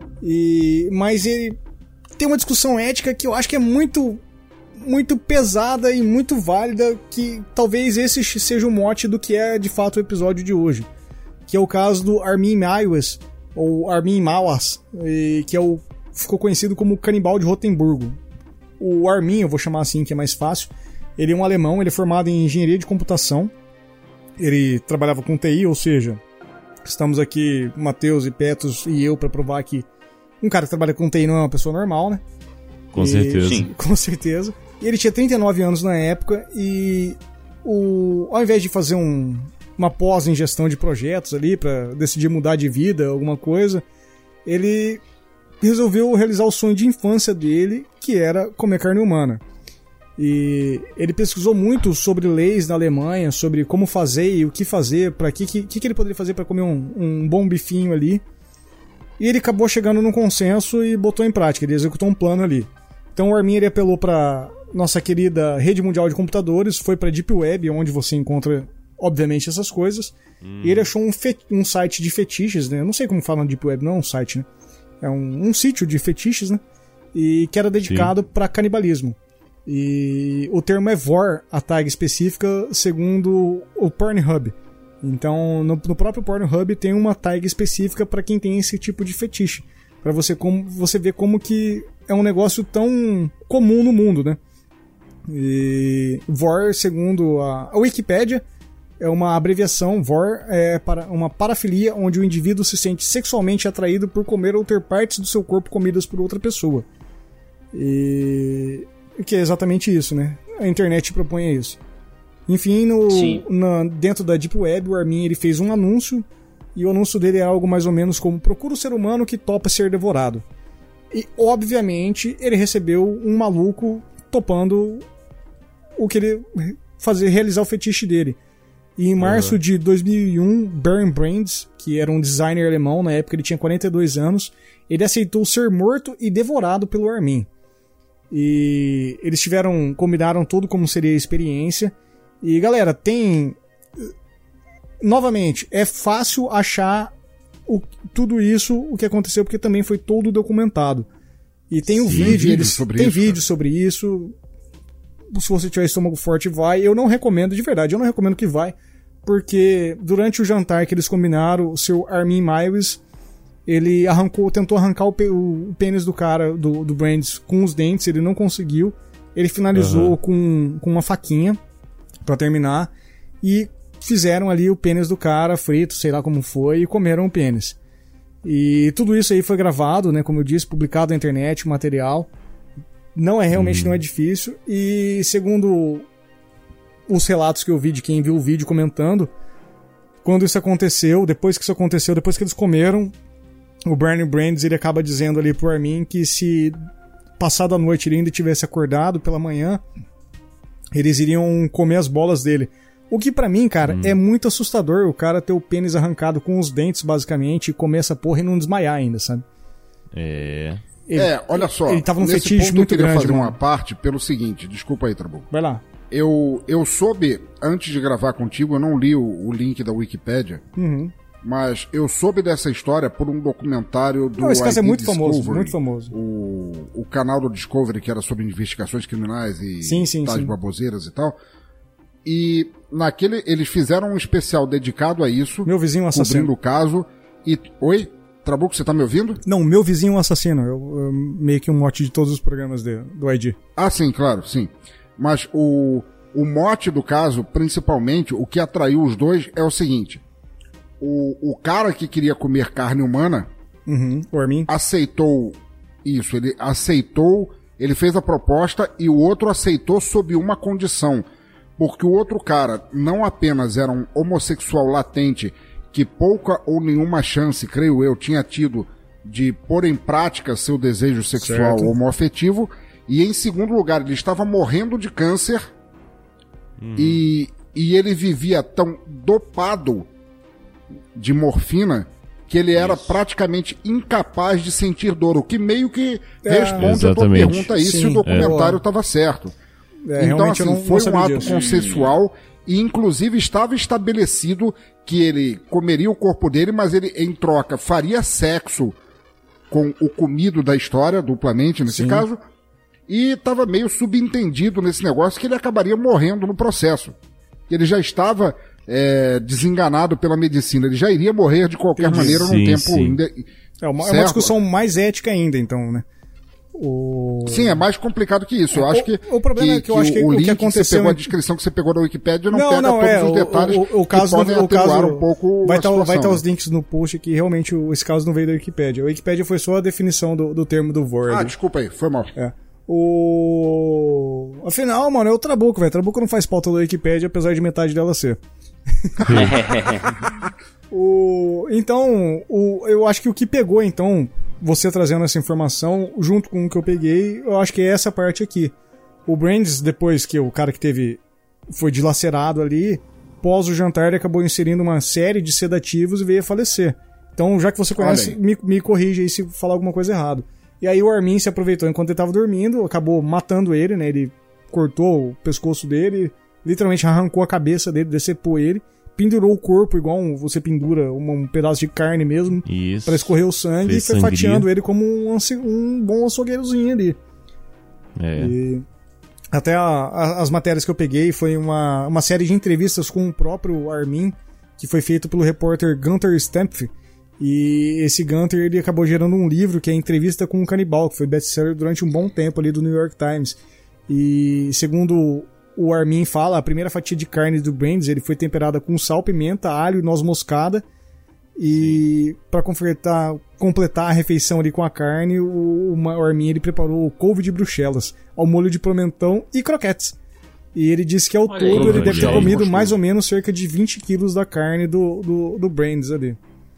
Speaker 1: mas ele tem uma discussão ética que eu acho que é muito, muito pesada e muito válida, que talvez esse seja o mote do que é de fato o episódio de hoje, que é o caso do Armin Meiwes, ou Armin Meiwes, que ficou conhecido como Canibal de Rotemburgo. O Armin, eu vou chamar assim que é mais fácil, ele é um alemão, ele é formado em engenharia de computação, ele trabalhava com TI, ou seja, estamos aqui, Matheus e Petros e eu, para provar que um cara que trabalha com TI não é uma pessoa normal, né?
Speaker 4: Com certeza.
Speaker 2: Sim.
Speaker 1: Com certeza. E ele tinha 39 anos na época e ao invés de fazer uma pós em gestão de projetos ali, para decidir mudar de vida, alguma coisa, ele resolveu realizar o sonho de infância dele, que era comer carne humana. E ele pesquisou muito sobre leis na Alemanha, sobre como fazer e o que fazer, para que ele poderia fazer para comer um bom bifinho ali. E ele acabou chegando num consenso e botou em prática, ele executou um plano ali. Então o Armin ele apelou para nossa querida rede mundial de computadores, foi para Deep Web, onde você encontra, obviamente, essas coisas. E ele achou um site de fetiches, né? Eu não sei como fala no Deep Web, não é um site, né? É um sítio de fetiches, né? E que era dedicado para canibalismo. E o termo é vor, a tag específica, segundo o Pornhub. Então, no próprio Pornhub tem uma tag específica para quem tem esse tipo de fetiche, para você ver como que é um negócio tão comum no mundo, né? E vor, segundo a Wikipédia, é uma abreviação. Vor é para uma parafilia onde o indivíduo se sente sexualmente atraído por comer ou ter partes do seu corpo comidas por outra pessoa. Que é exatamente isso, né? A internet propõe isso. Enfim, dentro da Deep Web, o Armin ele fez um anúncio, e o anúncio dele é algo mais ou menos como: procura o ser humano que topa ser devorado. E, obviamente, ele recebeu um maluco topando o que ele realizar o fetiche dele. E em março de 2001, Bernd Brandes, que era um designer alemão, na época ele tinha 42 anos, ele aceitou ser morto e devorado pelo Armin. E eles combinaram tudo como seria a experiência. E galera, novamente, é fácil achar tudo isso, o que aconteceu, porque também foi todo documentado. E tem um vídeo sobre isso. Se você tiver estômago forte, vai. Eu não recomendo, de verdade, eu não recomendo que vai, porque durante o jantar que eles combinaram, o seu Armin Meiwes, ele tentou arrancar o pênis do cara, do Brandes, com os dentes, ele não conseguiu. Ele finalizou com uma faquinha pra terminar, e fizeram ali o pênis do cara frito, sei lá como foi, e comeram o pênis. E tudo isso aí foi gravado, né, como eu disse, publicado na internet, o material. Não é difícil, e segundo os relatos que eu vi de quem viu o vídeo comentando, quando isso aconteceu, depois que eles comeram, o Bernd Brandes ele acaba dizendo ali pro Armin que se passado a noite ele ainda tivesse acordado pela manhã, eles iriam comer as bolas dele. O que pra mim, cara, é muito assustador, o cara ter o pênis arrancado com os dentes, basicamente, e comer essa porra e não desmaiar ainda, sabe?
Speaker 3: Olha só,
Speaker 1: ele tava num
Speaker 3: nesse
Speaker 1: fetiche
Speaker 3: ponto
Speaker 1: muito
Speaker 3: eu queria
Speaker 1: grande,
Speaker 3: fazer
Speaker 1: mano.
Speaker 3: uma parte pelo seguinte, desculpa aí, Trabuco.
Speaker 1: Vai lá.
Speaker 3: Eu soube, antes de gravar contigo, eu não li o link da Wikipédia, mas eu soube dessa história por um documentário do
Speaker 1: Esse caso é
Speaker 3: ID
Speaker 1: muito famoso,
Speaker 3: Discovery,
Speaker 1: muito famoso.
Speaker 3: O canal do Discovery, que era sobre investigações criminais e
Speaker 1: Sim.
Speaker 3: baboseiras e tal. E naquele, eles fizeram um especial dedicado a isso.
Speaker 1: Meu vizinho assassino.
Speaker 3: Cobrindo o caso. Oi? Trabuco, você tá me ouvindo?
Speaker 1: Não, meu vizinho assassino. Eu meio que um mote de todos os programas do ID.
Speaker 3: Ah, sim, claro, sim. Mas o mote do caso, principalmente, o que atraiu os dois é o seguinte. O cara que queria comer carne humana
Speaker 1: O Armin.
Speaker 3: aceitou isso. Ele aceitou, ele fez a proposta e o outro aceitou sob uma condição. Porque o outro cara não apenas era um homossexual latente que pouca ou nenhuma chance, creio eu, tinha tido de pôr em prática seu desejo sexual homoafetivo, e em segundo lugar, ele estava morrendo de câncer e ele vivia tão dopado de morfina que ele era praticamente incapaz de sentir dor, o que meio que responde a tua pergunta aí se o documentário estava certo. Então, assim, foi um ato consensual e, inclusive, estava estabelecido que ele comeria o corpo dele, mas ele, em troca, faria sexo com o comido da história, duplamente, nesse caso, e estava meio subentendido nesse negócio que ele acabaria morrendo no processo. Ele já estava desenganado pela medicina, ele já iria morrer de qualquer maneira num tempo...
Speaker 1: É uma discussão mais ética ainda, então, né?
Speaker 3: Sim, é mais complicado que isso. Eu acho que
Speaker 1: o problema é que eu acho que
Speaker 3: o
Speaker 1: o
Speaker 3: link
Speaker 1: que aconteceu,
Speaker 3: que você pegou, a descrição que você pegou da Wikipédia não pega todos os detalhes
Speaker 1: o caso,
Speaker 3: que podem atenuar um pouco
Speaker 1: vai
Speaker 3: a situação.
Speaker 1: Vai estar os links no post que realmente esse caso não veio da Wikipédia. A Wikipédia foi só a definição do termo do Word.
Speaker 3: Desculpa aí, foi mal.
Speaker 1: Afinal, mano, é o Trabuco, velho. Trabuco não faz pauta da Wikipédia, apesar de metade dela ser. Então, eu acho que o que pegou, então, você trazendo essa informação, junto com o que eu peguei, eu acho que é essa parte aqui. O Brandes, depois que o cara que foi dilacerado ali, pós o jantar, ele acabou inserindo uma série de sedativos e veio a falecer. Então, já que você conhece, me corrige aí se falar alguma coisa errada. E aí o Armin se aproveitou enquanto ele estava dormindo, acabou matando ele, né? Ele cortou o pescoço dele, literalmente arrancou a cabeça dele, decepou ele, pendurou o corpo igual você pendura um pedaço de carne mesmo, para escorrer o sangue, e foi fatiando ele como um bom açougueirozinho ali. E até as matérias que eu peguei foi uma série de entrevistas com o próprio Armin, que foi feito pelo repórter Gunter Stempf. E esse Gunter, ele acabou gerando um livro que é Entrevista com um Canibal, que foi best-seller durante um bom tempo ali do New York Times. E segundo o Armin fala, a primeira fatia de carne do Brandes, ele foi temperada com sal, pimenta, alho e noz moscada. E para completar a refeição ali com a carne, o Armin, ele preparou couve de Bruxelas ao molho de pimentão e croquetes. E ele disse que ao todo ele deve ter comido mais ou menos cerca de 20 quilos da carne do Brandes ali.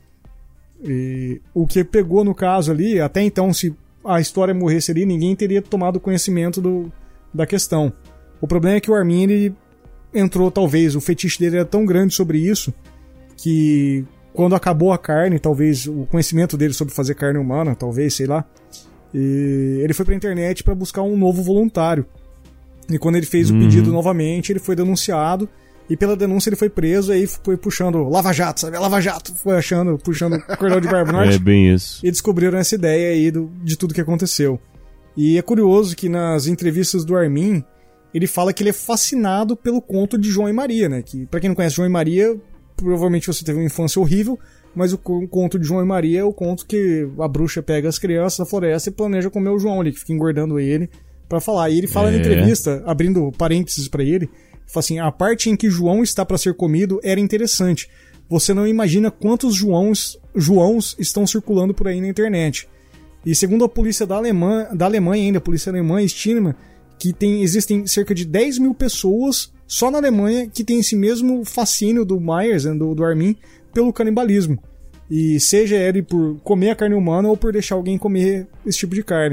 Speaker 1: E o que pegou no caso ali, até então, se a história morresse ali, ninguém teria tomado conhecimento da questão. O problema é que o Armin, ele entrou, talvez, o fetiche dele era tão grande sobre isso, que quando acabou a carne, talvez o conhecimento dele sobre fazer carne humana, talvez, sei lá, e ele foi pra internet para buscar um novo voluntário. E quando ele fez o pedido novamente, ele foi denunciado. E pela denúncia ele foi preso, aí foi puxando Lava Jato, sabe? Lava Jato, foi puxando cordão de barba norte.
Speaker 4: É bem isso.
Speaker 1: E descobriram essa ideia aí de tudo que aconteceu. E é curioso que nas entrevistas do Armin, ele fala que ele é fascinado pelo conto de João e Maria, né? Que, pra quem não conhece João e Maria, provavelmente você teve uma infância horrível, mas o conto de João e Maria é o conto que a bruxa pega as crianças da floresta e planeja comer o João ali, que fica engordando ele pra falar. E ele fala na entrevista, abrindo parênteses pra ele, fala assim, a parte em que João está para ser comido era interessante. Você não imagina quantos Joãos estão circulando por aí na internet. E segundo a polícia da Alemanha ainda, a polícia alemã estima que existem cerca de 10 mil pessoas só na Alemanha que tem esse mesmo fascínio do Myers, do Armin, pelo canibalismo. E seja ele por comer a carne humana ou por deixar alguém comer esse tipo de carne.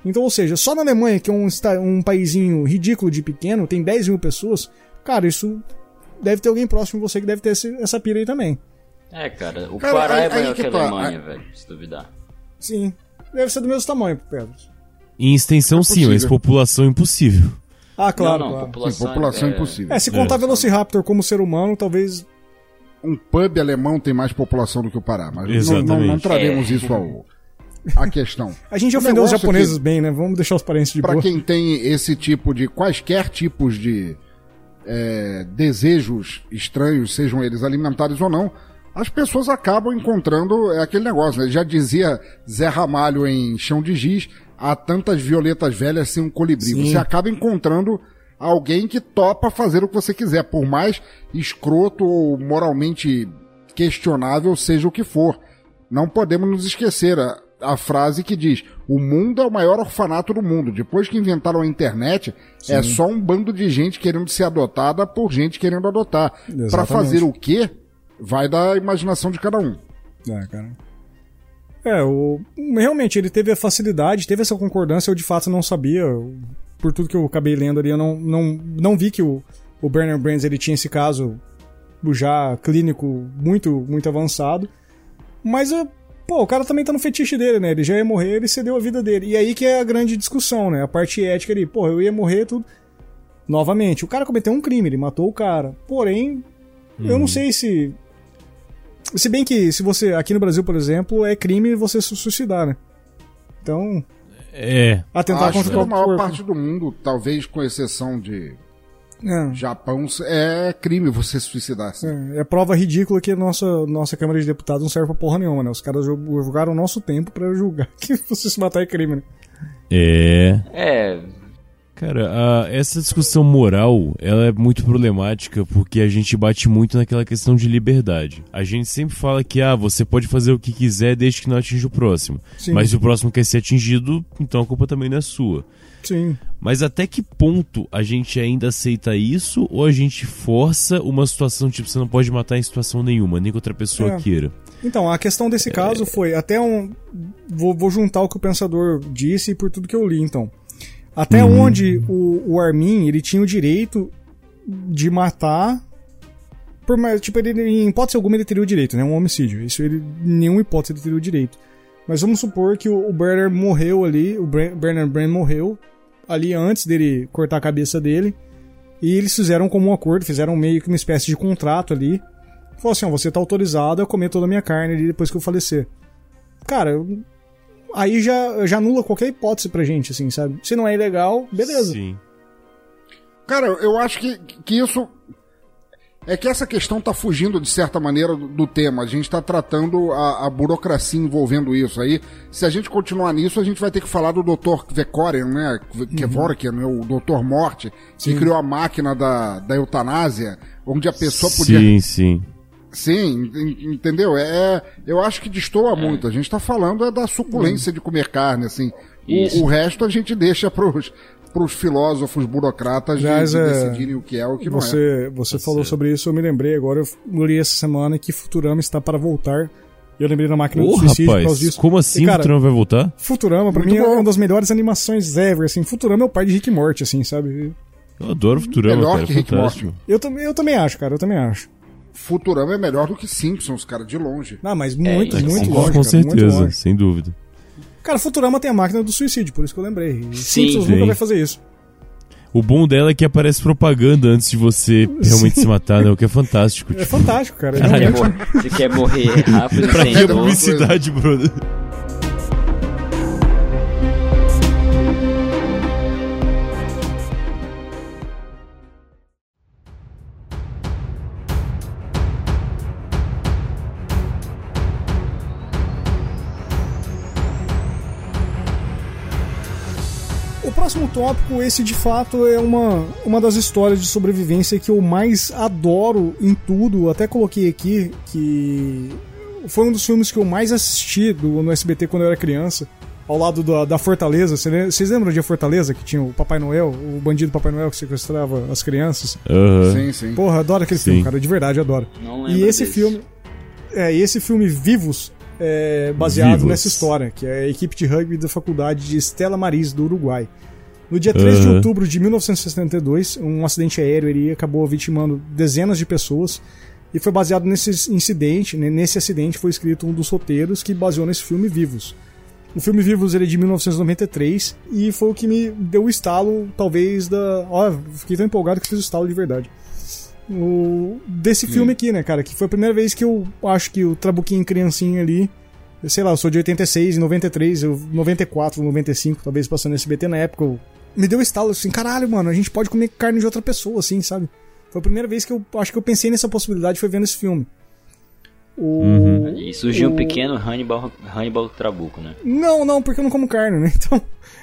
Speaker 1: Então, ou seja, só na Alemanha, que é um paizinho ridículo de pequeno, tem 10 mil pessoas, cara, isso deve ter alguém próximo de você que deve ter essa pira aí também.
Speaker 2: Cara, o
Speaker 3: Cara,
Speaker 2: Pará é
Speaker 3: aí
Speaker 2: maior
Speaker 3: que
Speaker 2: que a
Speaker 3: tá.
Speaker 2: Alemanha, velho, se duvidar.
Speaker 1: Sim, deve ser do mesmo tamanho, Pedro.
Speaker 4: Em extensão, sim, mas população impossível.
Speaker 1: Ah, claro,
Speaker 2: Não,
Speaker 1: claro.
Speaker 3: População impossível.
Speaker 1: Se contar Velociraptor como ser humano, talvez...
Speaker 3: Um pub alemão tem mais população do que o Pará, mas não traremos isso a questão.
Speaker 1: A gente ofendeu os japoneses bem, né? Vamos deixar os parentes de boa.
Speaker 3: Para quem tem esse tipo de... quaisquer tipos de desejos estranhos, sejam eles alimentares ou não, as pessoas acabam encontrando aquele negócio, né? Já dizia Zé Ramalho em Chão de Giz, há tantas violetas velhas sem um colibri.
Speaker 1: Sim.
Speaker 3: Você acaba encontrando alguém que topa fazer o que você quiser, por mais escroto ou moralmente questionável seja o que for. Não podemos nos esquecer a frase que diz: o mundo é o maior orfanato do mundo. Depois que inventaram a internet,
Speaker 1: Sim.
Speaker 3: é só um bando de gente querendo ser adotada por gente querendo adotar. Para fazer o quê? Vai da imaginação de cada um.
Speaker 1: Cara. Realmente, ele teve a facilidade, teve essa concordância, eu de fato não sabia. Por tudo que eu acabei lendo ali, eu não vi que o Bernard Brands ele tinha esse caso já clínico muito, muito avançado. Mas, o cara também tá no fetiche dele, né? Ele já ia morrer, ele cedeu a vida dele. E aí que é a grande discussão, né? A parte ética ali. Eu ia morrer, tudo. Novamente, o cara cometeu um crime, ele matou o cara. Porém, eu não sei se... Se bem que, se você... Aqui no Brasil, por exemplo, é crime você se suicidar, né? Então... Atentar
Speaker 3: Acho
Speaker 1: contra
Speaker 3: que
Speaker 1: o
Speaker 3: a maior
Speaker 1: corpo.
Speaker 3: parte do mundo, talvez com exceção de Japão, é crime você se suicidar. Assim.
Speaker 1: É prova ridícula que a nossa Câmara de Deputados não serve pra porra nenhuma, né? Os caras julgaram o nosso tempo pra julgar que você se matar é crime, né?
Speaker 4: Cara, essa discussão moral, ela é muito problemática porque a gente bate muito naquela questão de liberdade. A gente sempre fala que, você pode fazer o que quiser desde que não atinja o próximo.
Speaker 1: Sim.
Speaker 4: Mas se o próximo quer ser atingido, então a culpa também não é sua.
Speaker 1: Sim.
Speaker 4: Mas até que ponto a gente ainda aceita isso ou a gente força uma situação tipo, você não pode matar em situação nenhuma, nem que outra pessoa queira?
Speaker 1: Então, a questão desse caso foi até Vou juntar o que o pensador disse e por tudo que eu li, então. Até onde o Armin, ele tinha o direito de matar... ele, em hipótese alguma ele teria o direito, né? Um homicídio. Isso ele, em nenhuma hipótese ele teria o direito. Mas vamos supor que o Bernard morreu ali, o Bernard Brand morreu ali antes dele cortar a cabeça dele. E eles fizeram como um acordo, fizeram meio que uma espécie de contrato ali. Falou assim, você tá autorizado a comer toda a minha carne ali depois que eu falecer. Cara... Aí já anula qualquer hipótese pra gente, assim, sabe? Se não é ilegal, beleza.
Speaker 4: Sim.
Speaker 3: Cara, eu acho que isso... É que essa questão tá fugindo, de certa maneira, do tema. A gente tá tratando a burocracia envolvendo isso. Aí, se a gente continuar nisso, a gente vai ter que falar do Dr. Kevorkian, né? Kevorkian, né? O Dr. Morte, que criou a máquina da eutanásia, onde a pessoa podia...
Speaker 4: Sim.
Speaker 3: Sim, entendeu? Eu acho que destoa muito. A gente tá falando da suculência de comer carne, assim. O resto a gente deixa pros filósofos burocratas de decidirem o que é o que não é.
Speaker 1: Você falou sobre isso, eu me lembrei agora, eu li essa semana que Futurama está para voltar. Eu lembrei da máquina do suicídio por causa disso.
Speaker 4: Como assim Futurama vai voltar?
Speaker 1: Futurama, pra mim, é uma das melhores animações ever, assim. Futurama é o pai de Rick e Morty, assim, sabe?
Speaker 4: Eu adoro Futurama,
Speaker 3: melhor
Speaker 4: cara,
Speaker 3: que Rick
Speaker 4: fantástico.
Speaker 3: Morty.
Speaker 1: Eu também acho, cara, eu também acho.
Speaker 3: Futurama é melhor do que Simpsons, cara, de longe.
Speaker 1: Não, mas muito longe,
Speaker 4: com
Speaker 1: cara,
Speaker 4: certeza,
Speaker 1: muito longe.
Speaker 4: sem dúvida.
Speaker 1: Cara, Futurama tem a máquina do suicídio, por isso que eu lembrei. E
Speaker 2: Sim,
Speaker 1: Simpsons nunca vai fazer isso.
Speaker 4: O bom dela é que aparece propaganda antes de você realmente se matar, né? O que é fantástico.
Speaker 1: É fantástico, cara.
Speaker 2: Você quer morrer rápido
Speaker 4: Pra
Speaker 2: sem
Speaker 4: que a
Speaker 2: dor?
Speaker 4: publicidade, brother?
Speaker 1: O próximo tópico, esse de fato é uma das histórias de sobrevivência que eu mais adoro em tudo. Até coloquei aqui que foi um dos filmes que eu mais assisti no SBT quando eu era criança, ao lado da Fortaleza. Vocês lembram de A Fortaleza, que tinha o Papai Noel, o bandido Papai Noel que sequestrava as crianças?
Speaker 3: Sim.
Speaker 1: Porra, adoro aquele filme, cara, de verdade, adoro.
Speaker 2: Não lembro
Speaker 1: E esse
Speaker 2: desse.
Speaker 1: filme, esse filme Vivos, baseado nessa história, que é a equipe de rugby da faculdade de Stella Maris, do Uruguai. No dia 3 de outubro de 1962, um acidente aéreo ele acabou vitimando dezenas de pessoas, e foi baseado nesse incidente. Nesse acidente foi escrito um dos roteiros que baseou nesse filme Vivos. O filme Vivos ele é de 1993 e foi o que me deu o estalo, talvez, fiquei tão empolgado que fiz o estalo de verdade. Desse filme aqui, né, cara, que foi a primeira vez que eu acho que o Trabuquinho criancinha ali, sei lá, eu sou de 86, 93, 94, 95, talvez passando no SBT na época, me deu estalo assim, caralho, mano, a gente pode comer carne de outra pessoa, assim, sabe? Foi a primeira vez que eu acho que eu pensei nessa possibilidade, foi vendo esse filme.
Speaker 2: E surgiu um pequeno Hannibal Trabuco, né?
Speaker 1: Não, porque eu não como carne, né? Então,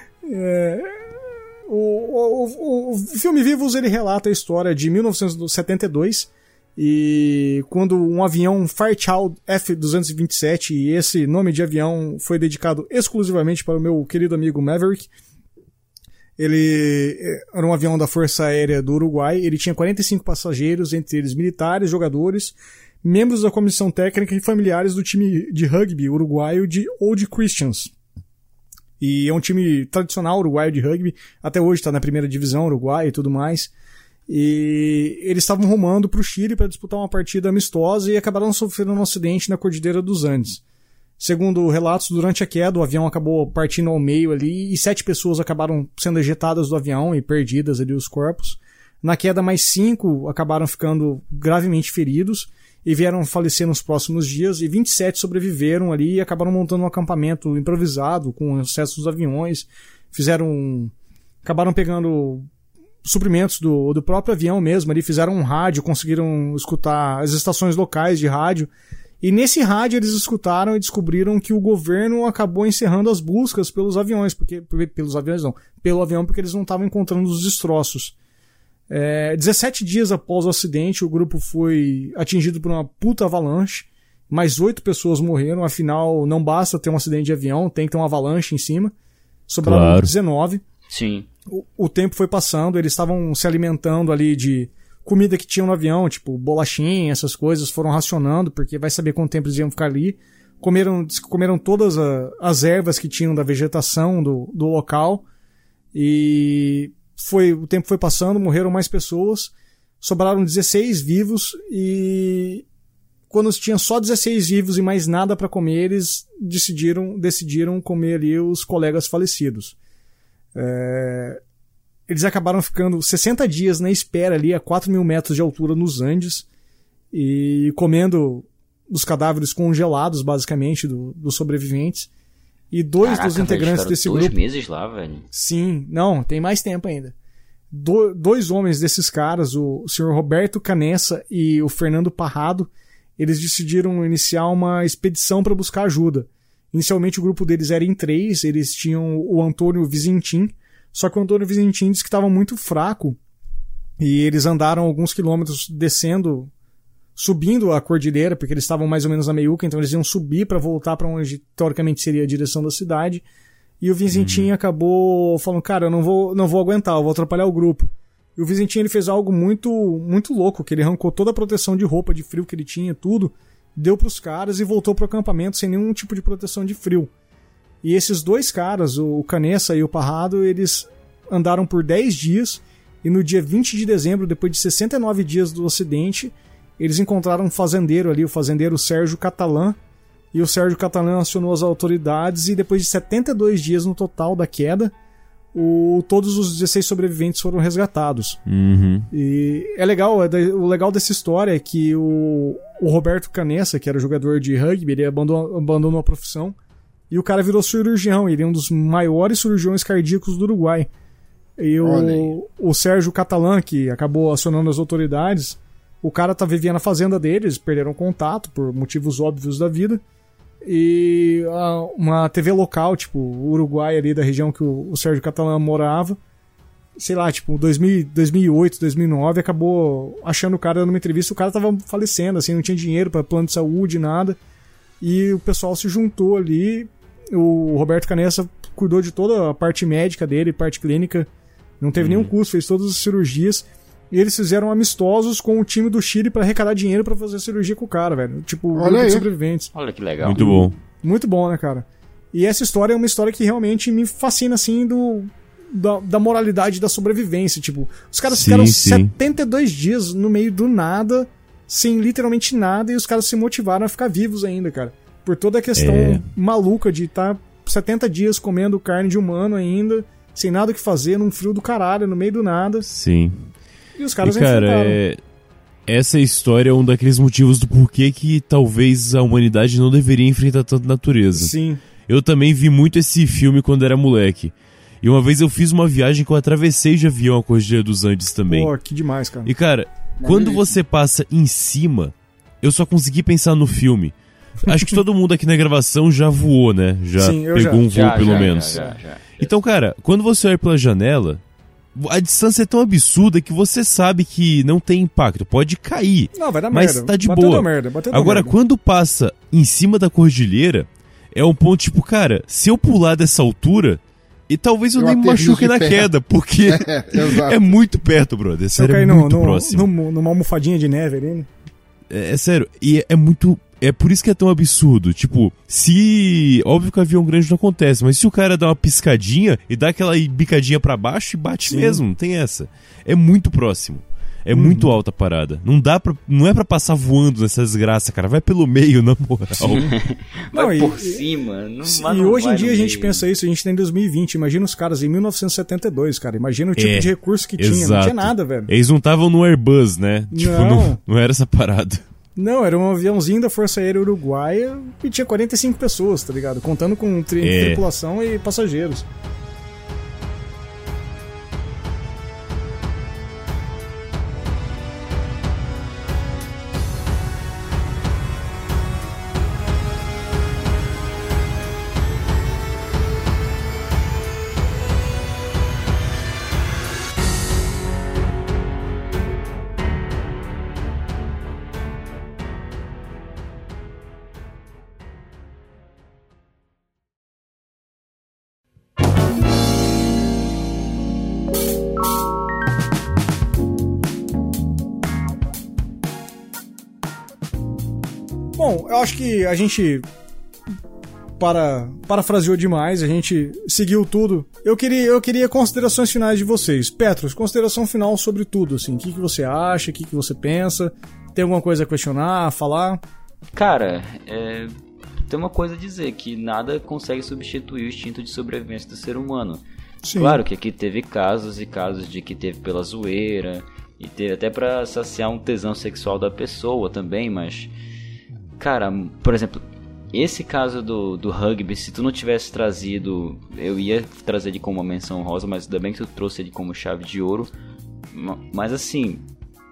Speaker 1: o filme Vivos ele relata a história de 1972 e quando um avião Fairchild F-227, e esse nome de avião foi dedicado exclusivamente para o meu querido amigo Maverick. Ele era um avião da Força Aérea do Uruguai, ele tinha 45 passageiros, entre eles militares, jogadores, membros da comissão técnica e familiares do time de rugby uruguaio de Old Christians. E é um time tradicional uruguaio de rugby, até hoje está na primeira divisão uruguaia e tudo mais. E eles estavam rumando para o Chile para disputar uma partida amistosa e acabaram sofrendo um acidente na Cordilheira dos Andes. Segundo relatos, durante a queda o avião acabou partindo ao meio ali e 7 pessoas acabaram sendo ejetadas do avião e perdidas ali os corpos. Na queda mais 5 acabaram ficando gravemente feridos e vieram falecer nos próximos dias, e 27 sobreviveram ali e acabaram montando um acampamento improvisado com acesso dos aviões, acabaram pegando suprimentos do próprio avião mesmo, ali fizeram um rádio, conseguiram escutar as estações locais de rádio, e nesse rádio eles escutaram e descobriram que o governo acabou encerrando as buscas pelos aviões, pelo avião, porque eles não estavam encontrando os destroços. 17 dias após o acidente, o grupo foi atingido por uma puta avalanche, mais 8 pessoas morreram, afinal não basta ter um acidente de avião, tem que ter uma avalanche em cima, sobraram 19.
Speaker 2: Sim.
Speaker 1: O tempo foi passando, eles estavam se alimentando ali de comida que tinham no avião, tipo bolachinha, essas coisas, foram racionando, porque vai saber quanto tempo eles iam ficar ali, comeram todas as ervas que tinham da vegetação do local, e o tempo foi passando, morreram mais pessoas, sobraram 16 vivos, e quando tinha só 16 vivos e mais nada para comer, eles decidiram comer ali os colegas falecidos. Eles acabaram ficando 60 dias na espera ali a 4.000 metros de altura nos Andes e comendo os cadáveres congelados, basicamente, dos sobreviventes. E dos integrantes desse grupo...
Speaker 2: 2 meses lá, velho.
Speaker 1: Sim, não, tem mais tempo ainda. 2 homens desses caras, o senhor Roberto Canessa e o Fernando Parrado, eles decidiram iniciar uma expedição para buscar ajuda. Inicialmente o grupo deles era em 3, eles tinham o Antônio Vizintim, só que o Antônio Vizintim disse que estava muito fraco e eles andaram alguns quilômetros subindo a cordilheira, porque eles estavam mais ou menos na meiuca, então eles iam subir para voltar para onde teoricamente seria a direção da cidade. E o Vizintim acabou falando, cara, eu não vou aguentar, eu vou atrapalhar o grupo. E o Vizintim ele fez algo muito, muito louco, que ele arrancou toda a proteção de roupa de frio que ele tinha, tudo, deu pros caras e voltou pro acampamento sem nenhum tipo de proteção de frio. E esses 2 caras, o Canessa e o Parrado, eles andaram por 10 dias e no dia 20 de dezembro, depois de 69 dias do acidente, eles encontraram um fazendeiro ali, o fazendeiro Sérgio Catalã, e o Sérgio Catalã acionou as autoridades e depois de 72 dias no total da queda, todos os 16 sobreviventes foram resgatados. E é legal, o legal dessa história é que o Roberto Canessa, que era jogador de rugby, ele abandonou a profissão e o cara virou cirurgião, ele é um dos maiores cirurgiões cardíacos do Uruguai. E o Sérgio Catalã, que acabou acionando as autoridades, o cara vivia na fazenda deles, perderam contato por motivos óbvios da vida. E uma TV local, tipo, Uruguai ali da região que o Sérgio Catalã morava, sei lá, tipo, 2008, 2009, acabou achando o cara numa entrevista, o cara tava falecendo, assim, não tinha dinheiro para plano de saúde, nada. E o pessoal se juntou ali, o Roberto Canessa cuidou de toda a parte médica dele, parte clínica, não teve nenhum custo, fez todas as cirurgias. E eles fizeram amistosos com o time do Chile pra arrecadar dinheiro pra fazer a cirurgia com o cara, velho. Tipo, grupo de sobreviventes.
Speaker 2: Olha que legal.
Speaker 4: Muito bom.
Speaker 1: Muito bom, né, cara? E essa história é uma história que realmente me fascina, assim, da moralidade da sobrevivência. Tipo, os caras ficaram 72 dias no meio do nada, sem literalmente nada, e os caras se motivaram a ficar vivos ainda, cara. Por toda a questão maluca de estar 70 dias comendo carne de humano ainda, sem nada o que fazer, num frio do caralho, no meio do nada.
Speaker 4: Sim.
Speaker 1: E os caras
Speaker 4: enfrentaram. Essa história é um daqueles motivos do porquê que talvez a humanidade não deveria enfrentar tanta natureza.
Speaker 1: Sim.
Speaker 4: Eu também vi muito esse filme quando era moleque. E uma vez eu fiz uma viagem que eu atravessei de avião a Cordilheira dos Andes também.
Speaker 1: Pô, que demais, cara.
Speaker 4: E, cara, quando você passa em cima, eu só consegui pensar no filme. Acho que todo mundo aqui na gravação já voou, né?
Speaker 1: Sim,
Speaker 4: pegou um voo, pelo menos. Já. Então, cara, quando você olha pela janela, a distância é tão absurda que você sabe que não tem impacto. Pode cair,
Speaker 1: não, vai dar
Speaker 4: mas
Speaker 1: merda.
Speaker 4: Tá de
Speaker 1: Bateu
Speaker 4: boa.
Speaker 1: da merda, bateu da
Speaker 4: Agora,
Speaker 1: merda.
Speaker 4: quando passa em cima da cordilheira, é um ponto tipo, cara, se eu pular dessa altura, e talvez eu nem me machuque na queda, porque é muito perto, brother. Sério, é muito próximo.
Speaker 1: Numa almofadinha de neve ali, né?
Speaker 4: É sério, e é muito... É por isso que é tão absurdo. Tipo, se... Óbvio que o avião grande não acontece, mas se o cara dá uma piscadinha e dá aquela bicadinha pra baixo, bate mesmo, não tem essa. É muito próximo. É muito alta a parada. Não é pra passar voando nessa desgraça, cara. Vai pelo meio, na moral.
Speaker 2: Vai por cima.
Speaker 1: E hoje em dia a gente pensa isso, a gente tá em 2020. Imagina os caras em 1972, cara. Imagina o tipo de recurso que tinha. Não tinha nada, velho.
Speaker 4: Eles não estavam no Airbus, né? Tipo, não era essa parada.
Speaker 1: Não, era um aviãozinho da Força Aérea Uruguaia e tinha 45 pessoas, tá ligado? Contando com tripulação e passageiros. Bom, eu acho que a gente parafraseou demais, a gente seguiu tudo. Eu queria considerações finais de vocês. Petros, consideração final sobre tudo, assim. O que você acha, o que você pensa? Tem alguma coisa a questionar, a falar?
Speaker 2: Cara, tem uma coisa a dizer, que nada consegue substituir o instinto de sobrevivência do ser humano. Sim. Claro que aqui teve casos e casos de que teve pela zoeira, e teve até pra saciar um tesão sexual da pessoa também, mas... Cara, por exemplo, esse caso do rugby, se tu não tivesse trazido, eu ia trazer ele como uma menção rosa, mas ainda bem que tu trouxe ele como chave de ouro. Mas assim,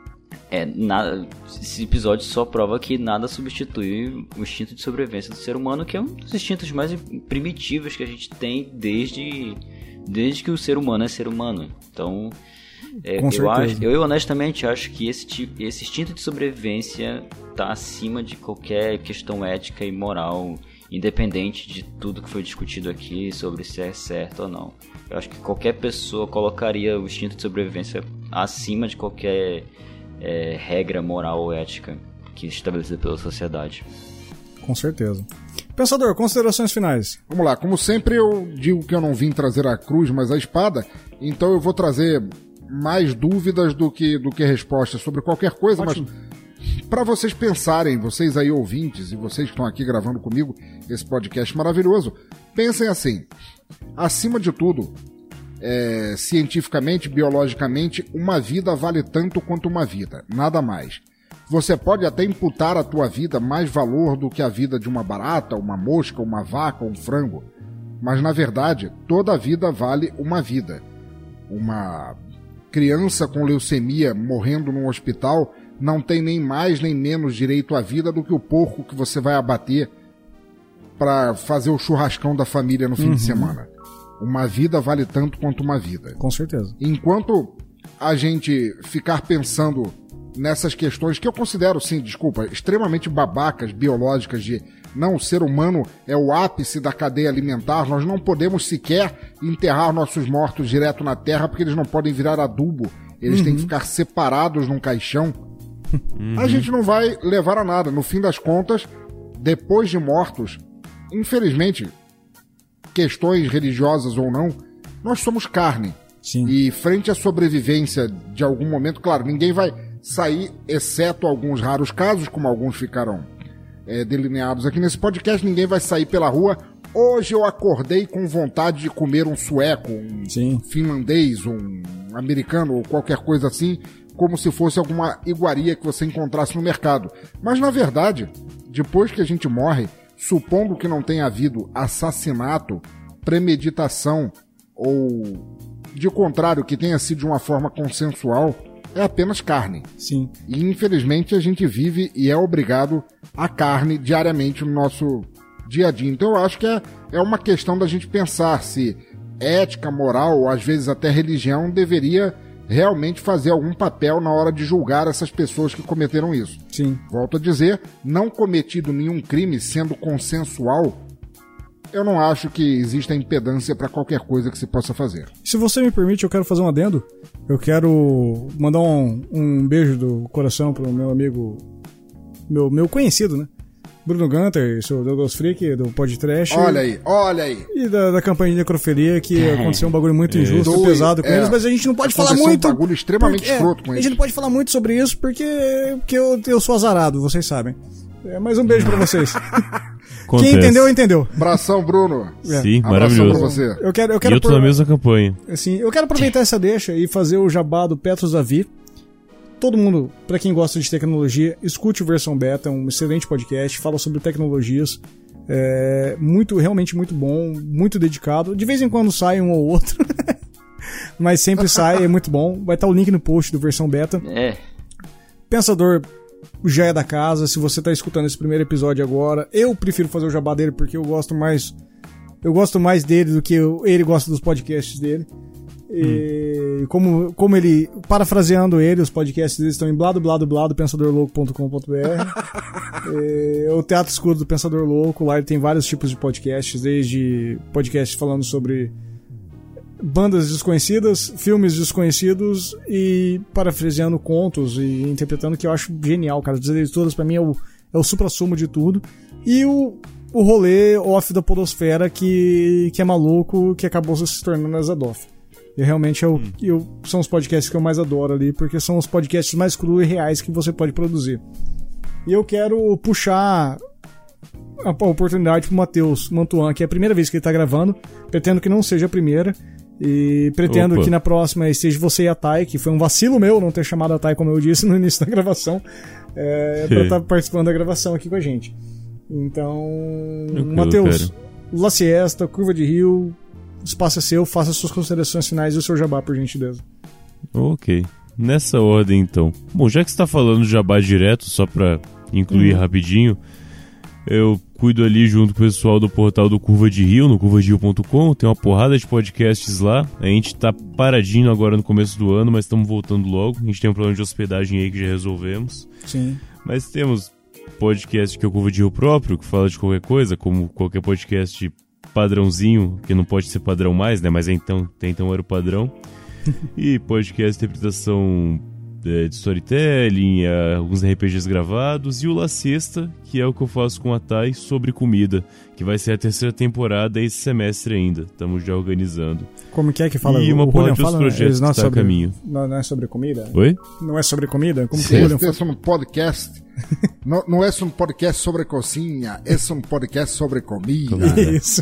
Speaker 2: esse episódio só prova que nada substitui o instinto de sobrevivência do ser humano, que é um dos instintos mais primitivos que a gente tem desde que o ser humano é ser humano. Então... eu honestamente acho que esse instinto de sobrevivência está acima de qualquer questão ética e moral, independente de tudo que foi discutido aqui sobre se é certo ou não. Eu acho que qualquer pessoa colocaria o instinto de sobrevivência acima de qualquer regra moral ou ética que é estabelecida pela sociedade.
Speaker 1: Com certeza. Pensador, considerações finais.
Speaker 3: Vamos lá, como sempre eu digo que eu não vim trazer a cruz, mas a espada, então eu vou trazer mais dúvidas do que respostas sobre qualquer coisa. Ótimo. Mas para vocês pensarem, vocês aí ouvintes e vocês que estão aqui gravando comigo esse podcast maravilhoso, pensem assim, acima de tudo, cientificamente, biologicamente, uma vida vale tanto quanto uma vida, nada mais. Você pode até imputar à tua vida mais valor do que a vida de uma barata, uma mosca, uma vaca ou um frango, mas na verdade toda vida vale uma vida. Uma criança com leucemia morrendo num hospital não tem nem mais nem menos direito à vida do que o porco que você vai abater para fazer o churrascão da família no fim de semana. Uma vida vale tanto quanto uma vida.
Speaker 1: Com certeza.
Speaker 3: Enquanto a gente ficar pensando nessas questões que eu considero, sim, extremamente babacas, biológicas, de não, o ser humano é o ápice da cadeia alimentar, nós não podemos sequer enterrar nossos mortos direto na terra porque eles não podem virar adubo, eles têm que ficar separados num caixão. A gente não vai levar a nada. No fim das contas, depois de mortos, infelizmente, questões religiosas ou não, nós somos carne.
Speaker 1: Sim.
Speaker 3: E frente à sobrevivência de algum momento, claro, ninguém vai sair, exceto alguns raros casos, como alguns ficaram delineados aqui nesse podcast, ninguém vai sair pela rua. Hoje eu acordei com vontade de comer um sueco, um finlandês, um americano ou qualquer coisa assim, como se fosse alguma iguaria que você encontrasse no mercado. Mas na verdade, depois que a gente morre, supondo que não tenha havido assassinato, premeditação ou, de contrário, que tenha sido de uma forma consensual, é apenas carne.
Speaker 1: Sim.
Speaker 3: E infelizmente a gente vive e é obrigado a carne diariamente no nosso dia a dia. Então eu acho que é uma questão da gente pensar se ética, moral, ou às vezes até religião deveria realmente fazer algum papel na hora de julgar essas pessoas que cometeram isso.
Speaker 1: Sim.
Speaker 3: Volto a dizer, não cometido nenhum crime sendo consensual, eu não acho que exista impedância para qualquer coisa que se possa fazer.
Speaker 1: Se você me permite, eu quero fazer um adendo. Eu quero mandar um beijo do coração pro meu amigo, meu conhecido, né? Bruno Gunter, seu Douglas Freak, do Podtrash.
Speaker 3: Olha aí.
Speaker 1: E da campanha de necrofilia, que aconteceu um bagulho muito injusto e pesado com eles, mas a gente não pode falar muito.
Speaker 3: Um bagulho extremamente escroto com eles.
Speaker 1: A gente não pode falar muito sobre isso porque eu sou azarado, vocês sabem. Mais um beijo pra vocês. Quem entendeu, entendeu.
Speaker 3: Abração, Bruno.
Speaker 4: Sim,
Speaker 3: Abração
Speaker 4: maravilhoso.
Speaker 3: Pra você.
Speaker 1: Eu quero
Speaker 4: e eu tô na mesma campanha.
Speaker 1: Assim, eu quero aproveitar essa deixa e fazer o jabá do Petros Avi. Todo mundo, pra quem gosta de tecnologia, escute o Versão Beta, um excelente podcast, fala sobre tecnologias, realmente muito bom, muito dedicado. De vez em quando sai um ou outro, mas sempre sai, é muito bom. Vai estar o link no post do Versão Beta. Pensador já é da casa, se você tá escutando esse primeiro episódio agora, eu prefiro fazer o jabá dele porque eu gosto mais dele do que ele gosta dos podcasts dele. E como ele, parafraseando ele, os podcasts deles estão em bladobladoblado.pensadorlouco.com.br. O Teatro Escuro do Pensador Louco, lá ele tem vários tipos de podcasts, desde podcasts falando sobre bandas desconhecidas, filmes desconhecidos e parafraseando contos e interpretando, que eu acho genial, cara. As editoras pra mim é o suprassumo de tudo. E o rolê off da podosfera que é maluco, que acabou se tornando a Zadoff. E realmente são os podcasts que eu mais adoro ali, porque são os podcasts mais crus e reais que você pode produzir. E eu quero puxar a oportunidade pro Matheus Mantuan, que é a primeira vez que ele tá gravando. Pretendo que não seja a primeira. E pretendo que na próxima esteja você e a Thay, que foi um vacilo meu não ter chamado a Thay, como eu disse no início da gravação, pra estar participando da gravação aqui com a gente. Então, Matheus, La Siesta, Curva de Rio, o espaço é seu, faça suas considerações finais e o seu jabá, por gentileza.
Speaker 4: Ok. Nessa ordem, então. Bom, já que você tá falando de jabá direto, só pra incluir rapidinho, eu cuido ali junto com o pessoal do portal do Curva de Rio, no curvaderio.com, tem uma porrada de podcasts lá. A gente tá paradinho agora no começo do ano, mas estamos voltando logo. A gente tem um problema de hospedagem aí que já resolvemos.
Speaker 1: Sim.
Speaker 4: Mas temos podcast que é o Curva de Rio próprio, que fala de qualquer coisa, como qualquer podcast padrãozinho, que não pode ser padrão mais, né? Mas então era o padrão. E podcast de interpretação de storytelling, alguns RPGs gravados, e o La Siesta, que é o que eu faço com a Thay sobre comida, que vai ser a 3ª temporada esse semestre ainda. Estamos já organizando.
Speaker 1: Como que é que fala?
Speaker 4: E uma porra de outros projetos que está a caminho.
Speaker 1: Não é sobre comida?
Speaker 4: Oi?
Speaker 1: Não é sobre comida? Como
Speaker 3: que o William fala? É um podcast. Não é um podcast sobre cozinha, é um podcast sobre comida.
Speaker 1: Isso.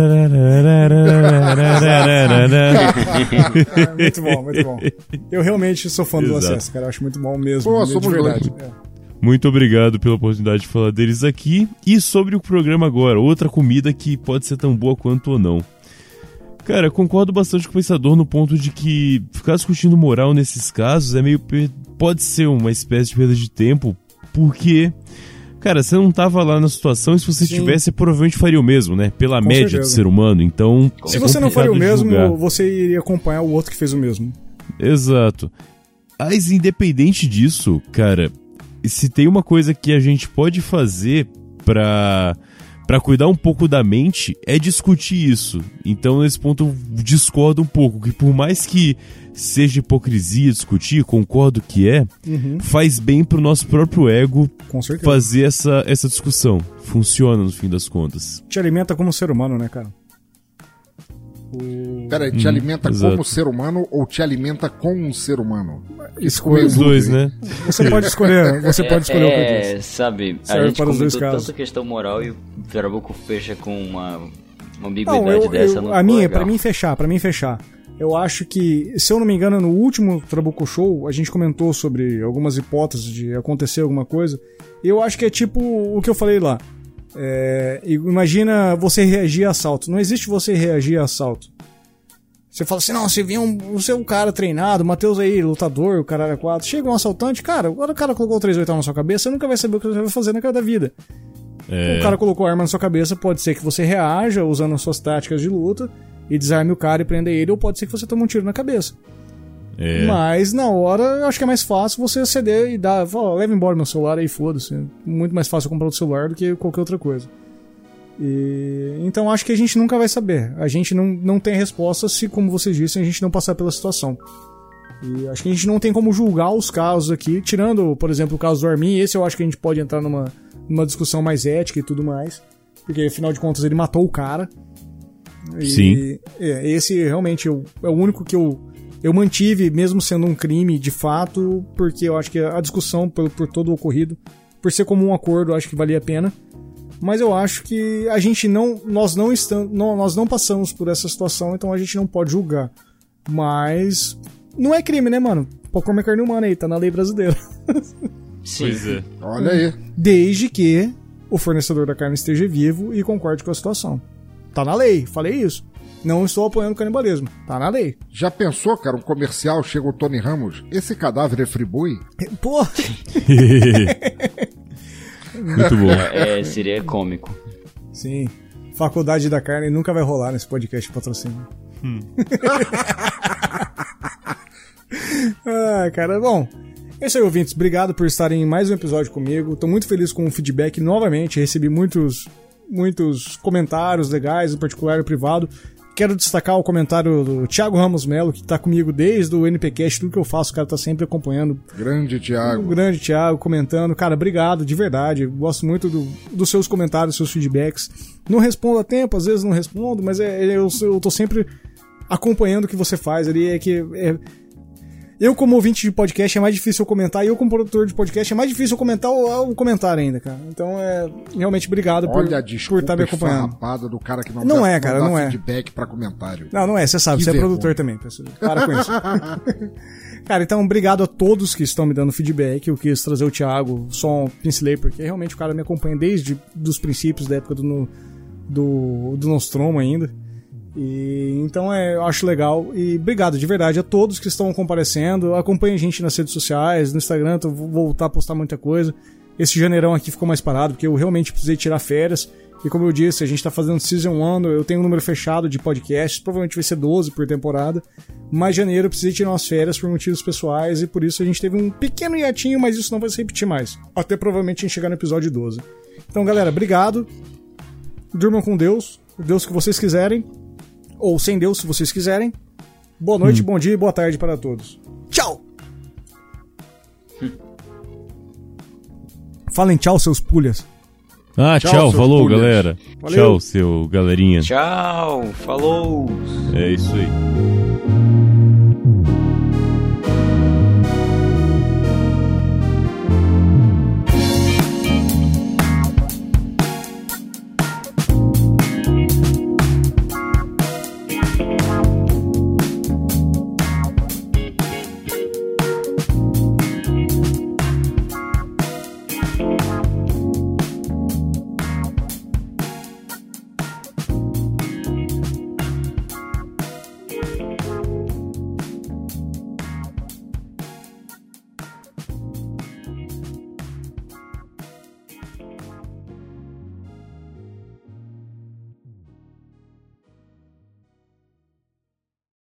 Speaker 1: Muito bom, muito bom. Eu realmente sou fã do La Siesta, cara. Eu acho muito bom mesmo.
Speaker 3: Pô, somos de verdade.
Speaker 4: Muito obrigado pela oportunidade de falar deles aqui. E sobre o programa agora, outra comida que pode ser tão boa quanto ou não. Cara, concordo bastante com o Pensador no ponto de que ficar discutindo moral nesses casos pode ser uma espécie de perda de tempo, porque, cara, você não tava lá na situação, e se você estivesse, você provavelmente faria o mesmo, né? Pela com média certeza. Do ser humano, então...
Speaker 1: Se você não faria o mesmo, você iria acompanhar o outro que fez o mesmo.
Speaker 4: Exato. Mas independente disso, cara, se tem uma coisa que a gente pode fazer pra Pra cuidar um pouco da mente é discutir isso. Então, nesse ponto, eu discordo um pouco. Que por mais que seja hipocrisia discutir, concordo que faz bem pro nosso próprio ego fazer essa discussão. Funciona no fim das contas.
Speaker 1: Te alimenta como ser humano, né, cara?
Speaker 3: Peraí, te alimenta como ser humano ou te alimenta com um ser humano?
Speaker 1: Escolha
Speaker 4: os dois, né?
Speaker 1: Você pode escolher, o que eu disse.
Speaker 2: Sabe,
Speaker 1: serve
Speaker 2: a gente
Speaker 1: para os dois
Speaker 2: comentou
Speaker 1: casos.
Speaker 2: tanta questão moral e o Trabuco fecha com uma ambiguidade dessa. Não
Speaker 1: a minha, pra mim fechar. Eu acho que, se eu não me engano, no último Trabuco Show, a gente comentou sobre algumas hipóteses de acontecer alguma coisa. E eu acho que é tipo o que eu falei lá. Imagina você reagir a assalto. Não existe você reagir a assalto. Você fala assim, não, você é um cara treinado, o Matheus aí, lutador, o cara era 4. Chega um assaltante, cara, agora o cara colocou 3/8 na sua cabeça, você nunca vai saber o que você vai fazer na cara da vida. O cara colocou a arma na sua cabeça, pode ser que você reaja usando as suas táticas de luta e desarme o cara e prenda ele, ou pode ser que você tome um tiro na cabeça. Mas na hora, eu acho que é mais fácil você ceder e dar, leva embora meu celular aí, foda-se. Muito mais fácil comprar outro celular do que qualquer outra coisa. Então acho que a gente nunca vai saber. A gente não tem resposta se, como vocês disseem, a gente não passar pela situação. E acho que a gente não tem como julgar os casos aqui, tirando, por exemplo, o caso do Armin. Esse eu acho que a gente pode entrar numa discussão mais ética e tudo mais, porque afinal de contas ele matou o cara.
Speaker 4: Sim.
Speaker 1: Esse realmente é o único que eu mantive, mesmo sendo um crime de fato, porque eu acho que a discussão por todo o ocorrido, por ser como um acordo, eu acho que valia a pena. Mas eu acho que a gente nós não passamos por essa situação, então a gente não pode julgar. Mas não é crime, né, mano? Pode comer carne humana aí, tá na lei brasileira.
Speaker 2: Sim.
Speaker 4: Pois é.
Speaker 3: Olha aí.
Speaker 1: Desde que o fornecedor da carne esteja vivo e concorde com a situação. Tá na lei, falei isso. Não estou apoiando o canibalismo, tá na lei.
Speaker 3: Já pensou, cara, um comercial, chega o Tony Ramos, esse cadáver é friboi?
Speaker 1: Pô!
Speaker 4: Muito bom.
Speaker 2: Seria cômico.
Speaker 1: Sim. Faculdade da Carne nunca vai rolar nesse podcast de patrocínio. Cara, bom. É isso aí, ouvintes. Obrigado por estarem em mais um episódio comigo. Tô muito feliz com o feedback novamente. Recebi muitos comentários legais, em particular no privado. Quero destacar o comentário do Thiago Ramos Melo, que tá comigo desde o NPcast, tudo que eu faço, o cara tá sempre acompanhando.
Speaker 3: Grande Thiago.
Speaker 1: O grande Thiago comentando. Cara, obrigado, de verdade. Gosto muito dos seus comentários, dos seus feedbacks. Não respondo a tempo, às vezes não respondo, mas eu tô sempre acompanhando o que você faz ali. Eu, como ouvinte de podcast, é mais difícil eu comentar, e eu, como produtor de podcast, é mais difícil eu comentar o comentário ainda, cara. Então, realmente, obrigado por estar me acompanhando.
Speaker 3: Do cara que não
Speaker 1: dá
Speaker 3: feedback pra comentário.
Speaker 1: Não é, você sabe, você é produtor também. Para com isso. Cara, então, obrigado a todos que estão me dando feedback. Eu quis trazer o Thiago, só pincelei, porque realmente o cara me acompanha desde os princípios da época do Nostromo ainda. Então eu acho legal. E obrigado de verdade a todos que estão comparecendo. Acompanhem a gente nas redes sociais, no Instagram. Eu vou voltar a postar muita coisa. Esse janeirão aqui ficou mais parado, porque eu realmente precisei tirar férias. E como eu disse, a gente tá fazendo Season 1. Eu tenho um número fechado de podcasts. Provavelmente vai ser 12 por temporada. Mas janeiro eu precisei tirar umas férias por motivos pessoais. E por isso a gente teve um pequeno hiatinho, mas isso não vai se repetir mais. Até provavelmente a gente chegar no episódio 12. Então galera, obrigado. Durmam com Deus. O Deus que vocês quiserem. Ou sem Deus, se vocês quiserem. Boa noite, bom dia e boa tarde para todos. Tchau! Falem tchau, seus pulhas.
Speaker 4: Tchau, falou, pulhas. Galera.
Speaker 1: Valeu.
Speaker 4: Tchau, seu galerinha.
Speaker 2: Tchau, falou!
Speaker 4: É isso aí.